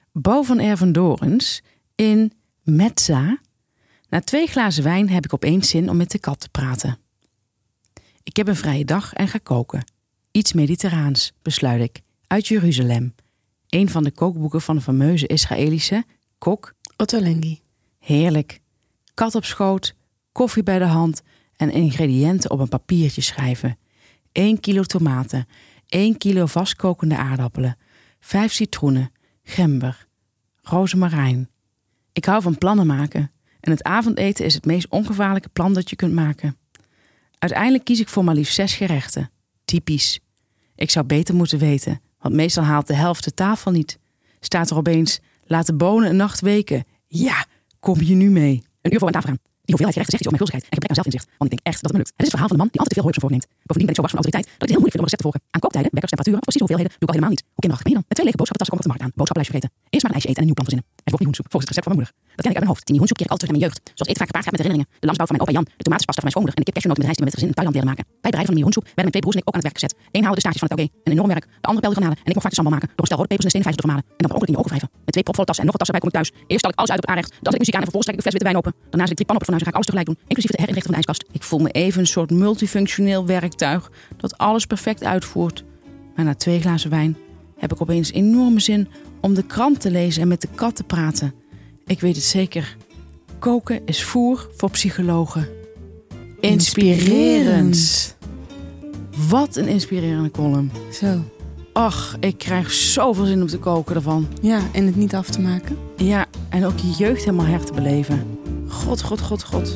Bo van Ervendorens in Metza. Na 2 glazen wijn heb ik opeens zin om met de kat te praten. Ik heb een vrije dag en ga koken. Iets mediterraans, besluit ik, uit Jeruzalem. Een van de kookboeken van de fameuze Israëlische kok Ottolenghi. Heerlijk. Kat op schoot, koffie bij de hand en ingrediënten op een papiertje schrijven. 1 kilo tomaten, 1 kilo vastkokende aardappelen, 5 citroenen, gember, rozemarijn. Ik hou van plannen maken en het avondeten is het meest ongevaarlijke plan dat je kunt maken. Uiteindelijk kies ik voor maar liefst 6 gerechten. Typisch. Ik zou beter moeten weten, want meestal haalt de helft de tafel niet. Staat er opeens, laat de bonen een nacht weken. Ja, kom je nu mee? Een uur voor aan tafel gaan. Die hoeveelheid gerechten zegt iets over mijn gulzigheid en gebrek aan zelfinzicht. Want ik denk echt dat het me lukt. Het is het verhaal van een man die altijd te veel hooi op zijn voorneemt. Bovendien ben ik zo wars van autoriteit dat ik het heel moeilijk vind om recepten te volgen. Aan kooktijden, wekkers, temperaturen, precies hoeveelheden doe ik al helemaal niet. Hoe kinderachtig ben je dan? Met 2 lege boodschappentassen kom ik op de markt aan. Boodschappenlijstje vergeten. Eerst maar een ijsje eten en een nieuw plan verzinnen. Het wordt niet hoensoep, volgens het recept van mijn moeder. Dat ken ik uit mijn hoofd. Die hoensoep keer ik altijd terug naar mijn jeugd. Zoals eten vaak gepaard gaat met herinneringen. De lamsbouw van mijn opa Jan, de tomatenpasta van mijn schoonmoeder en de kipcashewnoot met rijst die we met het gezin in Thailand leren maken. Bij het bereiden van de hoensoep werden mijn 2 broers en ik ook aan het werk gezet. Eén houdt de staartjes van het taugé, een enorm werk. De andere pelde granalen en ik mocht vaak de sambal maken door een stel rode pepers en steenvijzer te vermalen. En dan per ongeluk in je ogen wrijven. Met 2 propvolle tassen en nog wat tassen bij kom ik thuis. Eerst stal ik alles uit op het aanrecht, dan zet ik muziek aan en vervolgens trek ik een fles witte wijn open. Daarna zet ik 3 pannen op van huis en ga ik alles tegelijk doen, inclusief het herinrichten van de ijskast. Ik voel me even een soort multifunctioneel werktuig dat alles perfect uitvoert. Maar na 2 glazen wijn heb ik opeens enorme zin om de krant te lezen en met de kat te praten. Ik weet het zeker. Koken is voer voor psychologen. Inspirerend. Wat een inspirerende column. Zo. Ach, ik krijg zoveel zin om te koken ervan. Ja, en het niet af te maken. Ja, en ook je jeugd helemaal her te beleven. God.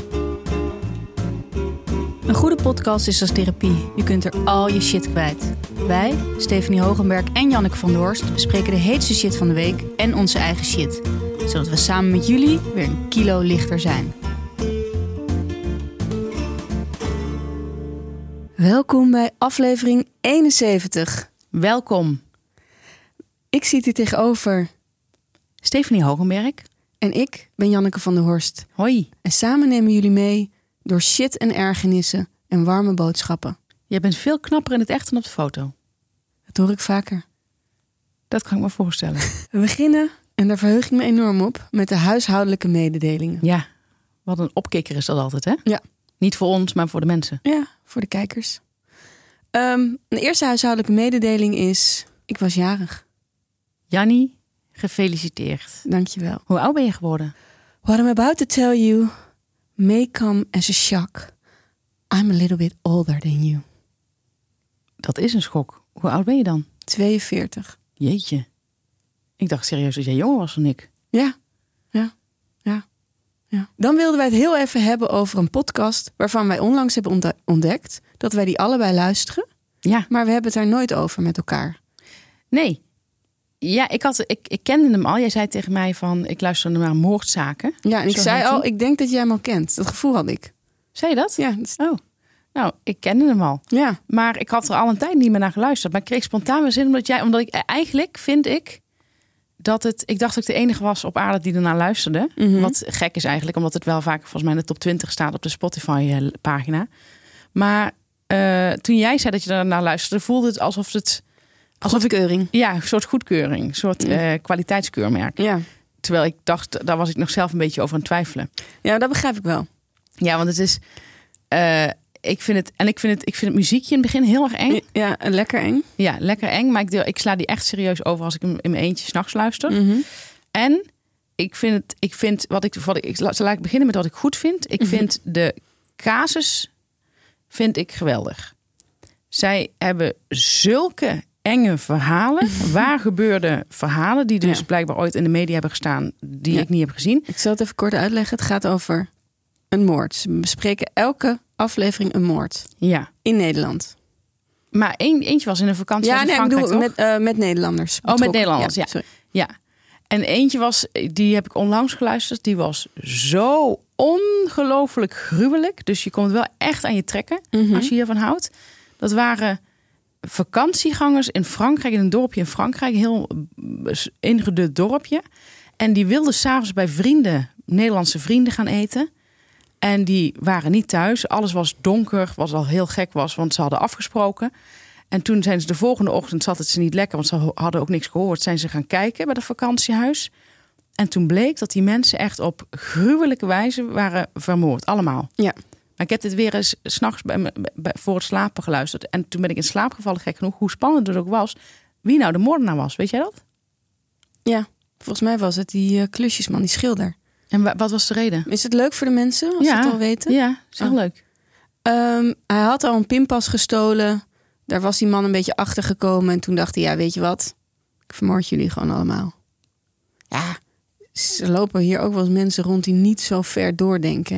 Een goede podcast is als therapie. Je kunt er al je shit kwijt. Wij, Stephanie Hogenberg en Janneke van der Horst, bespreken de heetste shit van de week en onze eigen shit. Zodat we samen met jullie weer een kilo lichter zijn. Welkom bij aflevering 71. Welkom. Ik zit hier tegenover Stephanie Hogenberg. en ik ben Janneke van der Horst. Hoi. En samen nemen jullie mee door shit en ergernissen en warme boodschappen. Jij bent veel knapper in het echt dan op de foto. Dat hoor ik vaker. Dat kan ik me voorstellen. We beginnen, en daar verheug ik me enorm op, met de huishoudelijke mededelingen. Ja, wat een opkikker is dat altijd, hè? Ja. Niet voor ons, maar voor de mensen. Ja, voor de kijkers. De eerste huishoudelijke mededeling is, ik was jarig. Jannie, gefeliciteerd. Dankjewel. Hoe oud ben je geworden? What I'm about to tell you may come as a shock. I'm a little bit older than you. Dat is een schok. Hoe oud ben je dan? 42. Jeetje. Ik dacht serieus dat jij jonger was dan ik. Ja. Dan wilden wij het heel even hebben over een podcast waarvan wij onlangs hebben ontdekt dat wij die allebei luisteren. Ja. Maar we hebben het daar nooit over met elkaar. Nee. Ja, ik kende hem al. Jij zei tegen mij van, ik luisterde naar Moordzaken. Ja, en ik Zo zei heet al, hij. ik denk dat jij hem al kent. Dat gevoel had ik. Zei je dat? Ja, dat is- Oh. Nou, ik kende hem al. ja. Maar ik had er al een tijd niet meer naar geluisterd. Maar ik kreeg spontaan weer zin omdat ik eigenlijk vind ik dat het... Ik dacht dat ik de enige was op aarde die ernaar luisterde. Mhm. Wat gek is eigenlijk, omdat het wel vaak volgens mij in de top 20 staat op de Spotify-pagina. Maar toen jij zei dat je ernaar luisterde, voelde het alsof het... Goedkeuring. Ja, een soort goedkeuring. Een soort kwaliteitskeurmerk. Ja. Terwijl ik dacht, daar was ik nog zelf een beetje over aan het twijfelen. Ja, dat begrijp ik wel. Ja, want het is... Ik vind het muziekje in het begin heel erg eng. Ja, lekker eng. Ja, lekker eng. Maar ik sla die echt serieus over als ik hem in mijn eentje 's nachts luister. Mhm. En laat ik beginnen met wat ik goed vind. Ik vind de casus geweldig. Zij hebben zulke enge verhalen. Waar gebeurde verhalen die dus blijkbaar ooit in de media hebben gestaan, die ik niet heb gezien. Ik zal het even kort uitleggen. Het gaat over een moord. Ze bespreken elke aflevering een moord. Ja. In Nederland. Maar eentje was in een vakantie. Ja, was in nee, ik Frankrijk, bedoel toch? met Nederlanders. Oh, met betrokken. Nederlanders, ja. Sorry. Ja. En eentje was, die heb ik onlangs geluisterd. Die was zo ongelooflijk gruwelijk. Dus je komt wel echt aan je trekken als je hiervan houdt. Dat waren vakantiegangers in Frankrijk, in een dorpje in Frankrijk. Een heel ingedut dorpje. En die wilden 's avonds bij Nederlandse vrienden gaan eten. En die waren niet thuis. Alles was donker, wat al heel gek was, want ze hadden afgesproken. En toen zijn ze de volgende ochtend, zat het ze niet lekker, want ze hadden ook niks gehoord. Zijn ze gaan kijken bij dat vakantiehuis. En toen bleek dat die mensen echt op gruwelijke wijze waren vermoord. Allemaal. Ja. Maar ik heb dit weer eens 's nachts voor het slapen geluisterd. En toen ben ik in slaap gevallen, gek genoeg, hoe spannend het ook was. Wie nou de moordenaar was, weet jij dat? Ja, volgens mij was het die klusjesman, die schilder. En wat was de reden? Is het leuk voor de mensen als ze het al weten? Ja, is heel leuk. Hij had al een pinpas gestolen. Daar was die man een beetje achter gekomen. En toen dacht hij, ja, weet je wat? Ik vermoord jullie gewoon allemaal. Ja, er lopen hier ook wel eens mensen rond die niet zo ver doordenken.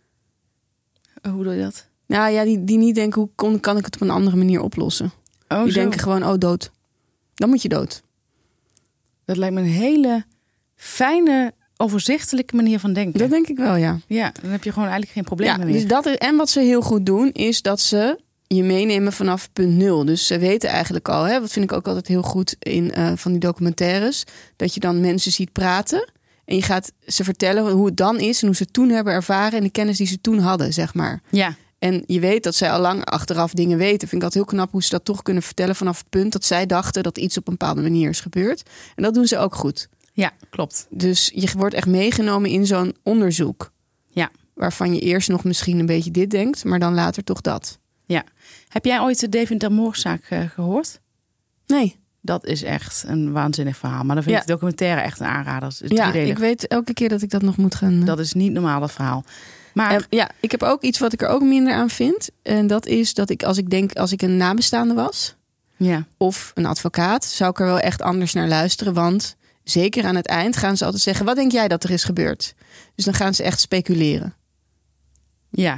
Hè? Hoe doe je dat? Nou ja, die niet denken, hoe kan ik het op een andere manier oplossen? Die denken gewoon, dood. Dan moet je dood. Dat lijkt me een hele fijne, overzichtelijke manier van denken. Dat denk ik wel, ja. Ja, dan heb je gewoon eigenlijk geen probleem meer. Dus dat is, en wat ze heel goed doen, is dat ze je meenemen vanaf punt 0. Dus ze weten eigenlijk al, wat vind ik ook altijd heel goed in van die documentaires, dat je dan mensen ziet praten en je gaat ze vertellen hoe het dan is en hoe ze het toen hebben ervaren en de kennis die ze toen hadden, zeg maar. Ja. En je weet dat zij al lang achteraf dingen weten. Vind ik altijd heel knap hoe ze dat toch kunnen vertellen vanaf het punt dat zij dachten dat iets op een bepaalde manier is gebeurd. En dat doen ze ook goed. Ja, klopt. Dus je wordt echt meegenomen in zo'n onderzoek. Ja. Waarvan je eerst nog misschien een beetje dit denkt, maar dan later toch dat. Ja. Heb jij ooit de Deventer moordzaak gehoord? Nee. Dat is echt een waanzinnig verhaal. Maar dan vind ik de documentaire echt een aanrader. Ja, ik weet elke keer dat ik dat nog moet gaan... Dat is niet normaal, dat verhaal. Maar ik heb ook iets wat ik er ook minder aan vind. En dat is dat als ik een nabestaande was... of een advocaat, zou ik er wel echt anders naar luisteren. Want zeker aan het eind gaan ze altijd zeggen... wat denk jij dat er is gebeurd? Dus dan gaan ze echt speculeren. Ja.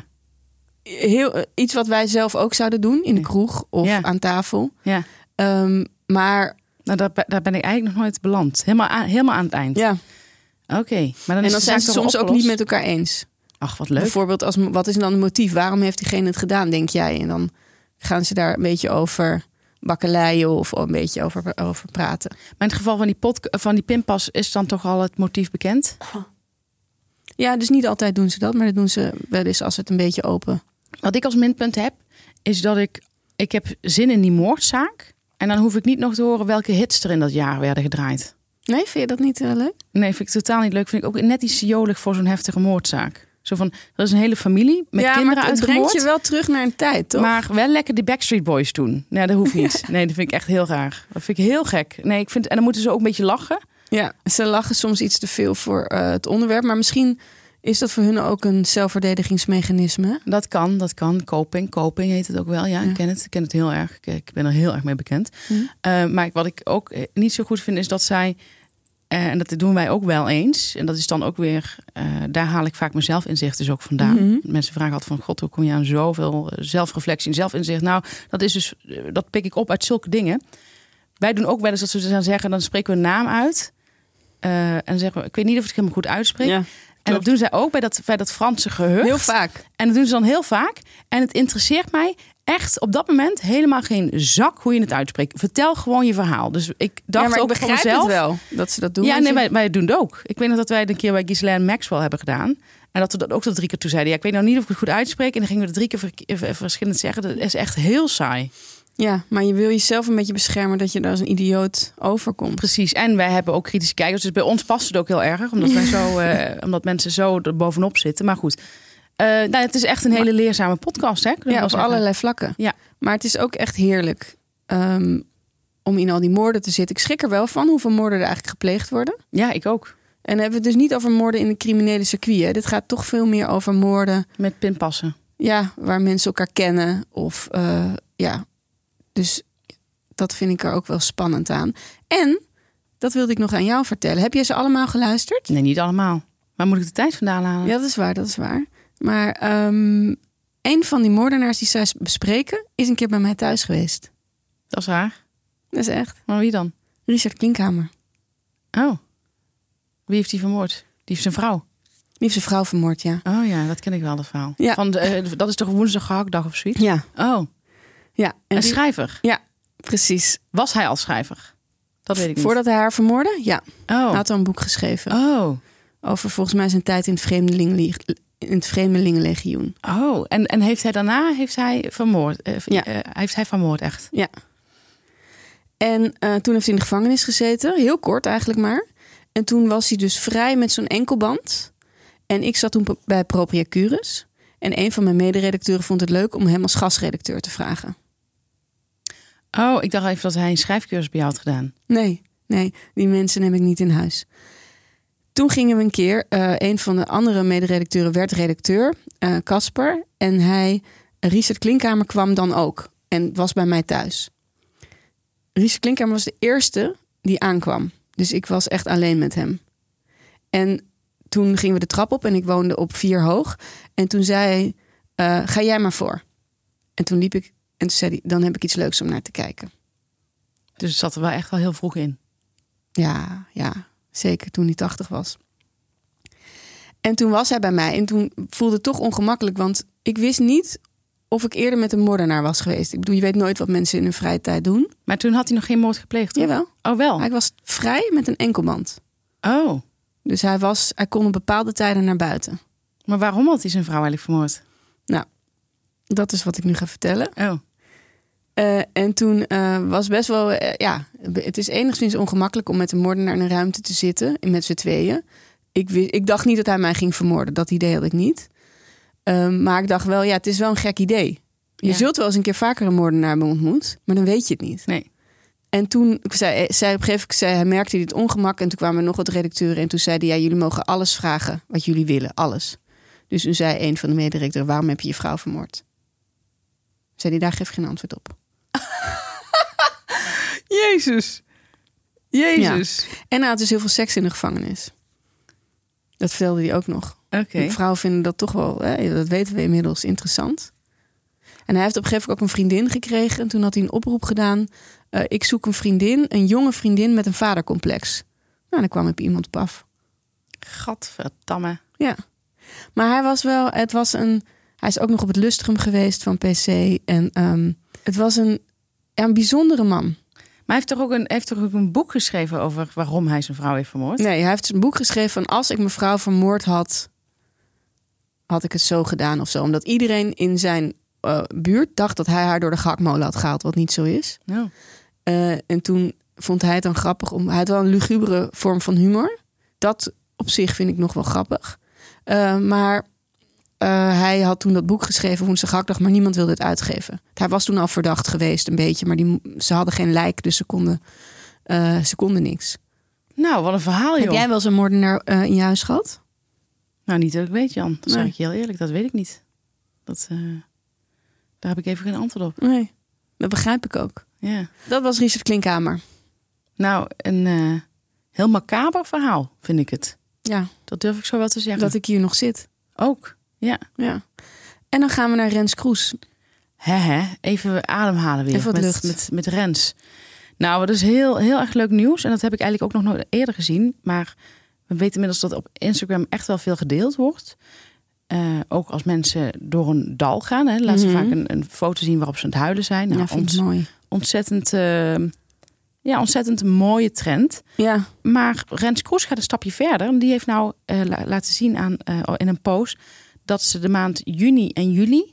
Iets wat wij zelf ook zouden doen in de kroeg of aan tafel. Ja. Maar... Nou, daar ben ik eigenlijk nog nooit beland. Helemaal aan het eind. Ja. Oké. Maar dan zijn ze soms ook niet met elkaar eens. Ach, wat leuk. Bijvoorbeeld, wat is dan het motief? Waarom heeft diegene het gedaan, denk jij? En dan gaan ze daar een beetje over bakkeleien of een beetje over praten. Maar in het geval van die pinpas is dan toch al het motief bekend? Ja, dus niet altijd doen ze dat, maar dat doen ze wel eens als het een beetje open. Wat ik als minpunt heb, is dat ik heb zin in die moordzaak. En dan hoef ik niet nog te horen welke hits er in dat jaar werden gedraaid. Nee, vind je dat niet leuk? Nee, vind ik totaal niet leuk. Vind ik ook net iets te jolig voor zo'n heftige moordzaak. Zo van, er is een hele familie met kinderen uitgemoord. Ja, maar het brengt je wel terug naar een tijd, toch? Maar wel lekker die Backstreet Boys doen. Nee, dat hoeft niet. Nee, dat vind ik echt heel raar. Dat vind ik heel gek. Nee, en dan moeten ze ook een beetje lachen. Ja, ze lachen soms iets te veel voor het onderwerp. Maar misschien is dat voor hun ook een zelfverdedigingsmechanisme. Dat kan. Coping heet het ook wel. Ja, ik ken het heel erg. Ik ben er heel erg mee bekend. Maar wat ik ook niet zo goed vind is dat zij... en dat doen wij ook wel eens. En dat is dan ook weer... daar haal ik vaak mijn zelfinzicht dus ook vandaan. Mm-hmm. Mensen vragen altijd van... God, hoe kom je aan zoveel zelfreflectie en zelfinzicht? Nou, dat is dus... dat pik ik op uit zulke dingen. Wij doen ook wel eens dat ze dan zeggen... dan spreken we een naam uit. En dan zeggen we... ik weet niet of ik het helemaal goed uitspreek. Ja, en dat doen zij ook bij dat Franse gehucht. Heel vaak. En dat doen ze dan heel vaak. En het interesseert mij... echt op dat moment helemaal geen zak hoe je het uitspreekt. Vertel gewoon je verhaal. Dus ik dacht ook voor mezelf... het wel, dat ze dat doen. Ja, nee, wij doen het ook. Ik weet nog dat wij het een keer bij Ghislaine Maxwell hebben gedaan. En dat we dat ook tot 3 keer toe zeiden. Ja, ik weet nou niet of ik het goed uitspreek. En dan gingen we het 3 keer verschillend zeggen. Dat is echt heel saai. Ja, maar je wil jezelf een beetje beschermen... dat je daar als een idioot overkomt. Precies. En wij hebben ook kritische kijkers. Dus bij ons past het ook heel erg. Omdat wij zo, omdat mensen zo er bovenop zitten. Maar goed... het is echt een hele leerzame podcast, hè? Ja, op allerlei vlakken. Ja. Maar het is ook echt heerlijk om in al die moorden te zitten. Ik schrik er wel van hoeveel moorden er eigenlijk gepleegd worden. Ja, ik ook. En dan hebben we het dus niet over moorden in de criminele circuit. Hè? Dit gaat toch veel meer over moorden... met pinpassen. Ja, waar mensen elkaar kennen. Of dus dat vind ik er ook wel spannend aan. En, dat wilde ik nog aan jou vertellen. Heb jij ze allemaal geluisterd? Nee, niet allemaal. Waar moet ik de tijd vandaan halen? Ja, dat is waar. Maar een van die moordenaars die zij bespreken... is een keer bij mij thuis geweest. Dat is raar. Dat is echt. Maar wie dan? Richard Klinkhamer. Oh. Wie heeft hij vermoord? Die heeft zijn vrouw? Die heeft zijn vrouw vermoord, ja. Oh ja, dat ken ik wel, dat verhaal. Ja. Dat is toch woensdag gehaktdag of zoiets? Ja. Oh. Ja. En schrijver? Ja, precies. Was hij al schrijver? Dat weet ik niet. Voordat hij haar vermoordde? Ja. Oh. Hij had al een boek geschreven. Oh. Over volgens mij zijn tijd in het in het Vreemdelingenlegioen. Oh, en heeft hij daarna vermoord? Ja. Heeft hij vermoord, echt? Ja. En toen heeft hij in de gevangenis gezeten. Heel kort eigenlijk maar. En toen was hij dus vrij met zo'n enkelband. En ik zat toen bij Propria Cures. En een van mijn mederedacteuren vond het leuk om hem als gastredacteur te vragen. Oh, ik dacht even dat hij een schrijfcursus bij jou had gedaan. Nee, die mensen neem ik niet in huis. Toen gingen we een keer, een van de andere mederedacteuren werd redacteur, Casper. En Richard Klinkhamer kwam dan ook en was bij mij thuis. Richard Klinkhamer was de eerste die aankwam. Dus ik was echt alleen met hem. En toen gingen we de trap op en ik woonde op 4 hoog. En toen zei hij, ga jij maar voor. En toen liep ik en toen zei hij, dan heb ik iets leuks om naar te kijken. Dus het zat er wel echt wel heel vroeg in. Ja, zeker toen hij 80 was. En toen was hij bij mij en toen voelde het toch ongemakkelijk. Want ik wist niet of ik eerder met een moordenaar was geweest. Ik bedoel, je weet nooit wat mensen in hun vrije tijd doen. Maar toen had hij nog geen moord gepleegd, toch? Jawel. Oh, wel? Hij was vrij met een enkelband. Oh. Dus hij kon op bepaalde tijden naar buiten. Maar waarom had hij zijn vrouw eigenlijk vermoord? Nou, dat is wat ik nu ga vertellen. Oh. En toen was best wel... het is enigszins ongemakkelijk om met een moordenaar in een ruimte te zitten. Met z'n tweeën. Ik dacht niet dat hij mij ging vermoorden. Dat idee had ik niet. Maar ik dacht wel, het is wel een gek idee. Je zult wel eens een keer vaker een moordenaar hebben ontmoet. Maar dan weet je het niet. Nee. En toen zei op een gegeven moment, hij merkte dit ongemak. En toen kwamen er nog wat redacteuren. En toen zeiden jullie mogen alles vragen wat jullie willen. Alles. Dus toen zei een van de mederedacteuren, waarom heb je je vrouw vermoord? Zei hij, daar geef geen antwoord op. Jezus. Ja. En hij had dus heel veel seks in de gevangenis. Dat vertelde hij ook nog. Oké. Vrouwen vinden dat toch wel, dat weten we inmiddels, interessant. En hij heeft op een gegeven moment ook een vriendin gekregen. En toen had hij een oproep gedaan. Ik zoek een vriendin, een jonge vriendin met een vadercomplex. Nou, daar kwam iemand op af. Gadverdamme. Ja. Maar hij was wel, hij is ook nog op het Lustrum geweest van PC. En het was een bijzondere man. Maar hij heeft toch ook een boek geschreven over waarom hij zijn vrouw heeft vermoord? Nee, hij heeft een boek geschreven van als ik mijn vrouw vermoord had ik het zo gedaan of zo. Omdat iedereen in zijn buurt dacht dat hij haar door de gehaktmolen had gehaald, wat niet zo is. No. En toen vond hij het dan grappig hij had wel een lugubere vorm van humor. Dat op zich vind ik nog wel grappig. Maar hij had toen dat boek geschreven woensdag gehaktdag, maar niemand wilde het uitgeven. Hij was toen al verdacht geweest een beetje, maar ze hadden geen lijk, dus ze konden niks. Nou, wat een verhaal, joh. Heb jij wel eens een moordenaar in je huis gehad? Nou, niet dat ik weet, Jan. Dat zeg Nee. ik je heel eerlijk, dat weet ik niet. Daar heb ik even geen antwoord op. Nee, dat begrijp ik ook. Ja. Dat was Richard Klinkhamer. Nou, een heel macaber verhaal, vind ik het. Ja, Dat durf ik zo wel te zeggen. dat ik hier nog zit. Ook, ja. Ja. En dan gaan we naar Rens Kroes. Even ademhalen weer. Even wat lucht. Met Rens. Nou, dat is heel, heel erg leuk nieuws. En dat heb ik eigenlijk ook nog nooit eerder gezien. Maar we weten inmiddels dat op Instagram echt wel veel gedeeld wordt. Ook als mensen door een dal gaan. Laten ze vaak een foto zien waarop ze aan het huilen zijn. Nou, Vind ik mooi. Ontzettend mooie trend. Ja. Maar Rens Kroes gaat een stapje verder. En die heeft nou laten zien in een post dat ze de maand juni en juli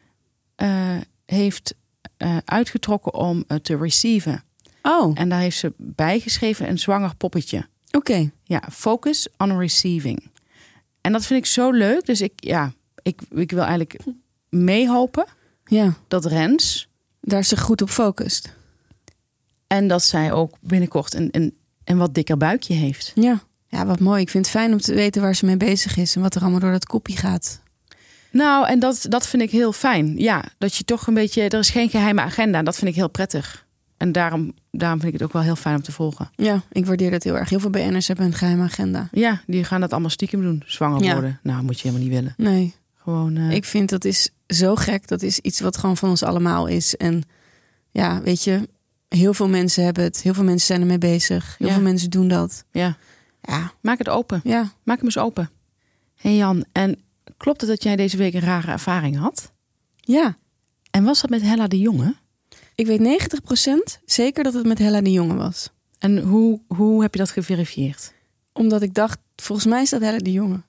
heeft uitgetrokken om te receiven. Oh, En daar heeft ze bijgeschreven een zwanger poppetje. oké. Ja, focus on receiving. En dat vind ik zo leuk. Dus ik wil eigenlijk meehopen Ja, dat Rens daar ze goed op focust. en dat zij ook binnenkort een wat dikker buikje heeft. Ja. Ja, wat mooi. Ik vind het fijn om te weten waar ze mee bezig is en wat er allemaal door dat kopje gaat. Nou, en dat vind ik heel fijn. Ja, dat je toch een beetje... Er is geen geheime agenda en dat vind ik heel prettig. En daarom vind ik het ook wel heel fijn om te volgen. Ja, ik waardeer dat heel erg. Heel veel BN'ers hebben een geheime agenda. Ja, die gaan dat allemaal stiekem doen. Zwanger Ja. worden. Nou, moet je helemaal niet willen. Nee, Gewoon... ik vind dat is zo gek. Dat is iets wat gewoon van ons allemaal is. En ja, weet je, heel veel mensen hebben het. Heel veel mensen zijn ermee bezig. Heel Ja. veel mensen doen dat. Ja, Ja, maak het open. ja. Maak hem eens open. Hey Jan, en klopt het dat jij deze week een rare ervaring had? Ja. En was dat met Hella de Jonge? Ik weet 90% zeker dat het met Hella de Jonge was. En hoe heb je dat geverifieerd? Omdat ik dacht, volgens mij is dat Hella de Jonge.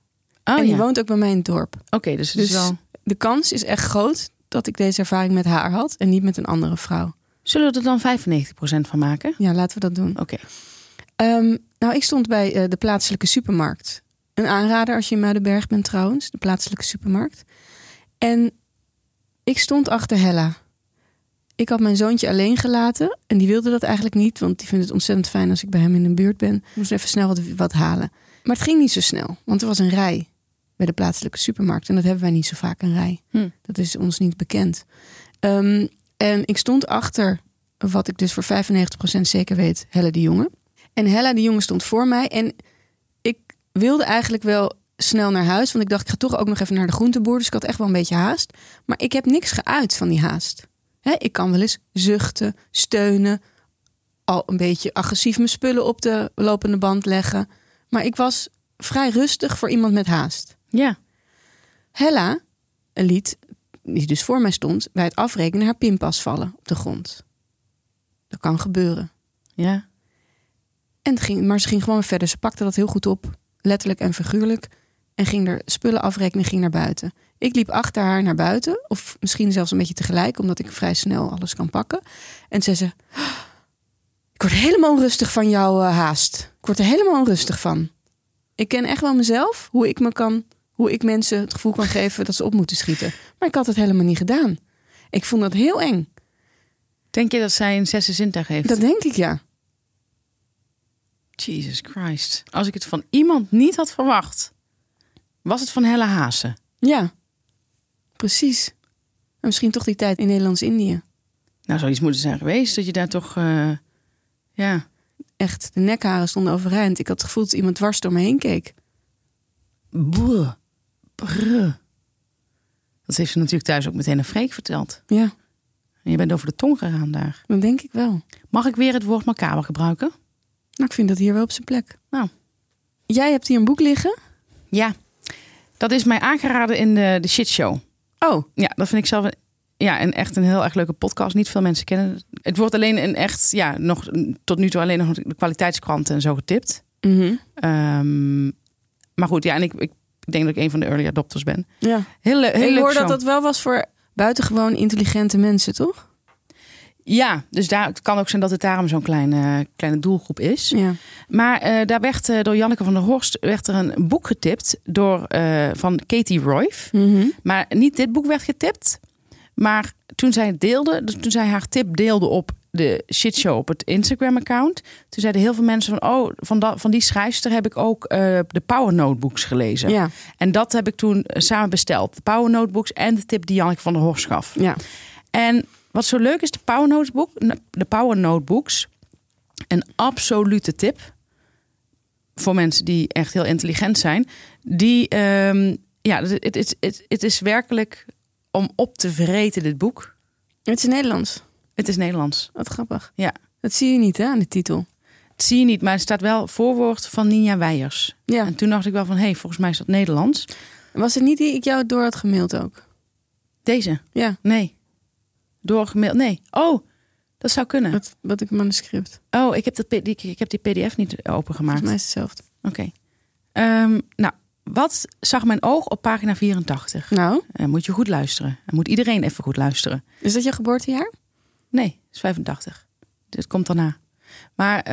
Oh, en die ja. woont ook bij mij in het dorp. Oké, dus het Dus is wel... de kans is echt groot dat ik deze ervaring met haar had en niet met een andere vrouw. Zullen we er dan 95% van maken? Ja, laten we dat doen. Oké. Nou, ik stond bij de plaatselijke supermarkt. Een aanrader als je in Muidenberg bent trouwens, de plaatselijke supermarkt. En ik stond achter Hella. Ik had mijn zoontje alleen gelaten en die wilde dat eigenlijk niet, want die vindt het ontzettend fijn als ik bij hem in de buurt ben. Ik moest even snel wat halen. Maar het ging niet zo snel, want er was een rij bij de plaatselijke supermarkt. En dat hebben wij niet zo vaak, een rij. Dat is ons niet bekend. En ik stond achter, wat ik dus voor 95% zeker weet, Hella de Jonge. En Hella de Jonge stond voor mij. En ik wilde eigenlijk wel snel naar huis. Want ik dacht, ik ga toch ook nog even naar de groenteboer. Dus ik had echt wel een beetje haast. Maar ik heb niks geuit van die haast. Ik kan wel eens zuchten, steunen. Al een beetje agressief mijn spullen op de lopende band leggen. Maar ik was vrij rustig voor iemand met haast. Ja. Hella liet, die dus voor mij stond, bij het afrekenen haar pinpas vallen op de grond. Dat kan gebeuren. Ja. Maar ze ging gewoon verder. Ze pakte dat heel goed op, letterlijk en figuurlijk. En ging er spullen afrekenen en ging naar buiten. Ik liep achter haar naar buiten. Of misschien zelfs een beetje tegelijk, omdat ik vrij snel alles kan pakken. En zei ze, ik word helemaal onrustig van jouw haast. Ik word er helemaal onrustig van. Ik ken echt wel mezelf, hoe ik mensen het gevoel kan geven dat ze op moeten schieten. Maar ik had het helemaal niet gedaan. Ik vond dat heel eng. Denk je dat zij een zesde zintuig heeft? Dat denk ik, ja. Jesus Christ. Als ik het van iemand niet had verwacht, was het van Hella Haase. Ja, precies. En misschien toch die tijd in Nederlands-Indië. Nou, zou iets moeten zijn geweest dat je daar toch... ja. Echt, de nekharen stonden overeind. Ik had het gevoel dat iemand dwars door me heen keek. Boe. Brr. Dat heeft ze natuurlijk thuis ook meteen aan Freek verteld. Ja, En je bent over de tong gegaan daar. dat denk ik wel. Mag ik weer het woord macabre gebruiken? Nou, ik vind dat hier wel op zijn plek. Nou. Jij hebt hier een boek liggen? Ja. Dat is mij aangeraden in de shitshow. Oh. Ja, dat vind ik zelf echt een heel erg leuke podcast. Niet veel mensen kennen het. Het wordt alleen een echt, nog tot nu toe alleen nog de kwaliteitskranten en zo getipt. Mm-hmm. Maar goed, en ik denk dat ik een van de early adopters ben. Ja. Heel Ik leuk hoor show. dat dat wel was voor buitengewoon intelligente mensen, toch? Ja, dus het kan ook zijn dat het daarom zo'n kleine doelgroep is. Ja. Maar daar werd door Janneke van der Horst werd er een boek getipt van Katie Royf. Mm-hmm. Maar niet dit boek werd getipt. Maar toen zij het deelde, toen zij haar tip deelde op de shitshow op het Instagram-account, toen zeiden heel veel mensen van die schrijfster heb ik ook de Power Notebooks gelezen. Ja. En dat heb ik toen samen besteld. De Power Notebooks en de tip die Janneke van der Horst gaf. Ja. En wat zo leuk is, de Power Notebooks, een absolute tip voor mensen die echt heel intelligent zijn. Het is werkelijk om op te vreten, dit boek. Het is Nederlands. Het is Nederlands. Wat grappig. Ja. Dat zie je niet, hè, aan de titel. Het zie je niet, maar er staat wel voorwoord van Ninja Weijers. Ja. En toen dacht ik wel van, volgens mij is dat Nederlands. Was het niet die ik jou door had gemaild ook? Deze? Ja. Nee. Doorgemaild? Nee. Oh, dat zou kunnen. Wat ik manuscript. Oh, ik heb die pdf niet opengemaakt. Volgens mij is het hetzelfde. Oké. Nou, wat zag mijn oog op pagina 84? Nou, Moet je goed luisteren. En moet iedereen even goed luisteren. is dat je geboortejaar? Nee, is 85. Dit komt daarna. Maar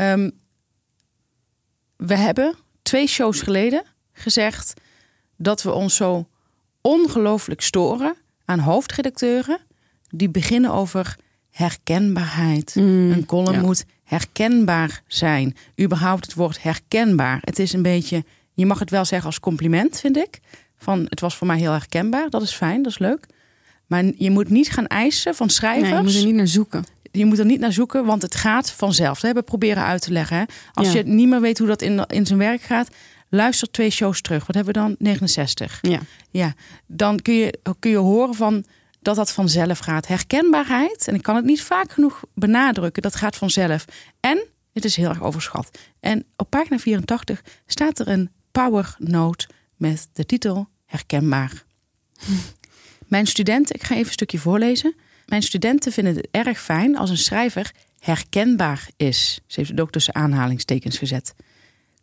we hebben 2 shows geleden gezegd dat we ons zo ongelooflijk storen aan hoofdredacteuren die beginnen over herkenbaarheid. Een column moet herkenbaar zijn. Überhaupt het woord herkenbaar. Het is een beetje, je mag het wel zeggen als compliment, vind ik. Van het was voor mij heel herkenbaar. Dat is fijn, dat is leuk. Maar je moet niet gaan eisen van schrijvers. Nee, je moet er niet naar zoeken. Je moet er niet naar zoeken, want het gaat vanzelf. Dat hebben we proberen uit te leggen. Hè? Als je niet meer weet hoe dat in zijn werk gaat, luister 2 shows terug. Wat hebben we dan? 69. Ja. Dan kun je horen van dat vanzelf gaat. Herkenbaarheid, en ik kan het niet vaak genoeg benadrukken, dat gaat vanzelf. En het is heel erg overschat. En op pagina 84 staat er een power note met de titel Herkenbaar. Mijn studenten, ik ga even een stukje voorlezen. Mijn studenten vinden het erg fijn als een schrijver herkenbaar is. Ze heeft het ook tussen aanhalingstekens gezet.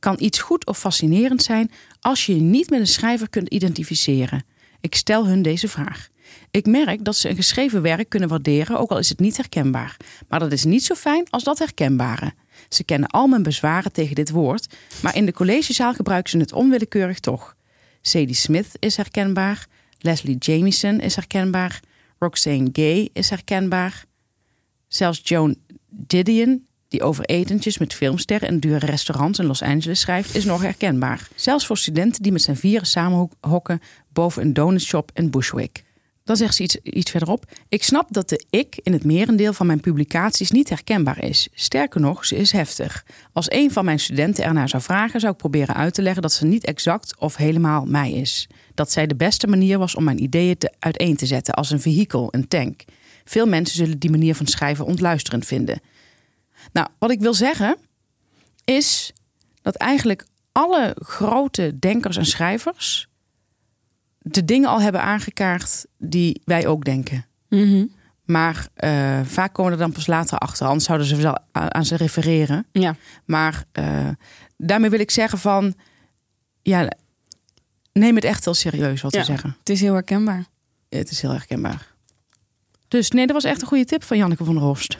kan iets goed of fascinerend zijn als je je niet met een schrijver kunt identificeren? Ik stel hun deze vraag. Ik merk dat ze een geschreven werk kunnen waarderen, ook al is het niet herkenbaar. Maar dat is niet zo fijn als dat herkenbare. Ze kennen al mijn bezwaren tegen dit woord, maar in de collegezaal gebruiken ze het onwillekeurig toch. Sadie Smith is herkenbaar, Leslie Jamieson is herkenbaar, Roxane Gay is herkenbaar. Zelfs Joan Didion, die over etentjes met filmsterren en dure restaurants in Los Angeles schrijft, is nog herkenbaar. Zelfs voor studenten die met z'n vieren samenhokken boven een donutshop in Bushwick. Dan zegt ze iets verderop. Ik snap dat de ik in het merendeel van mijn publicaties niet herkenbaar is. Sterker nog, ze is heftig. Als een van mijn studenten ernaar zou vragen, zou ik proberen uit te leggen dat ze niet exact of helemaal mij is. Dat zij de beste manier was om mijn ideeën uiteen te zetten als een vehikel, een tank. Veel mensen zullen die manier van schrijven ontluisterend vinden. Nou, wat ik wil zeggen is dat eigenlijk alle grote denkers en schrijvers de dingen al hebben aangekaart die wij ook denken. Mm-hmm. Maar vaak komen er dan pas later achter. Anders zouden ze wel aan ze refereren. Ja. Maar daarmee wil ik zeggen van, ja, neem het echt heel serieus wat we zeggen. Het is heel herkenbaar. Het is heel herkenbaar. Dus nee, dat was echt een goede tip van Janneke van der Horst.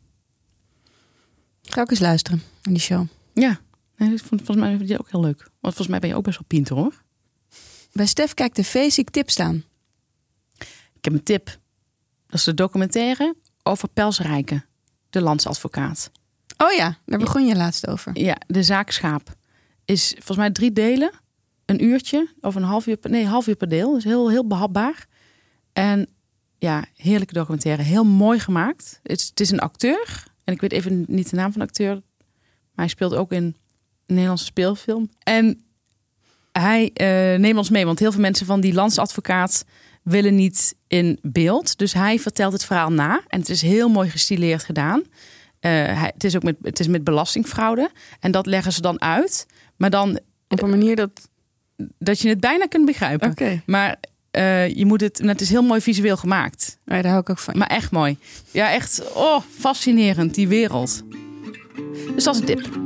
Ga ook eens luisteren naar die show. Ja, nee, volgens mij vind je ook heel leuk. Want volgens mij ben je ook best wel pinter, hoor. Bij Stef Kijk TV zie ik tips staan. Ik heb een tip. Dat is de documentaire over Pels Rijken, de landsadvocaat. Oh ja, daar begon je laatst over. Ja, de zaak Schaap is volgens mij 3 delen. Een uurtje of een half uur per deel. Dus heel behapbaar. En ja, heerlijke documentaire. Heel mooi gemaakt. Het is een acteur. En ik weet even niet de naam van de acteur. Maar hij speelt ook in een Nederlandse speelfilm. En hij neemt ons mee. Want heel veel mensen van die landsadvocaat willen niet in beeld. Dus hij vertelt het verhaal na. En het is heel mooi gestileerd gedaan. Het is met belastingfraude. En dat leggen ze dan uit. Maar dan op een manier dat je het bijna kunt begrijpen. Okay. Maar het is heel mooi visueel gemaakt. Ja, daar hou ik ook van. Maar echt mooi. Ja, echt fascinerend, die wereld. Dus dat is een tip.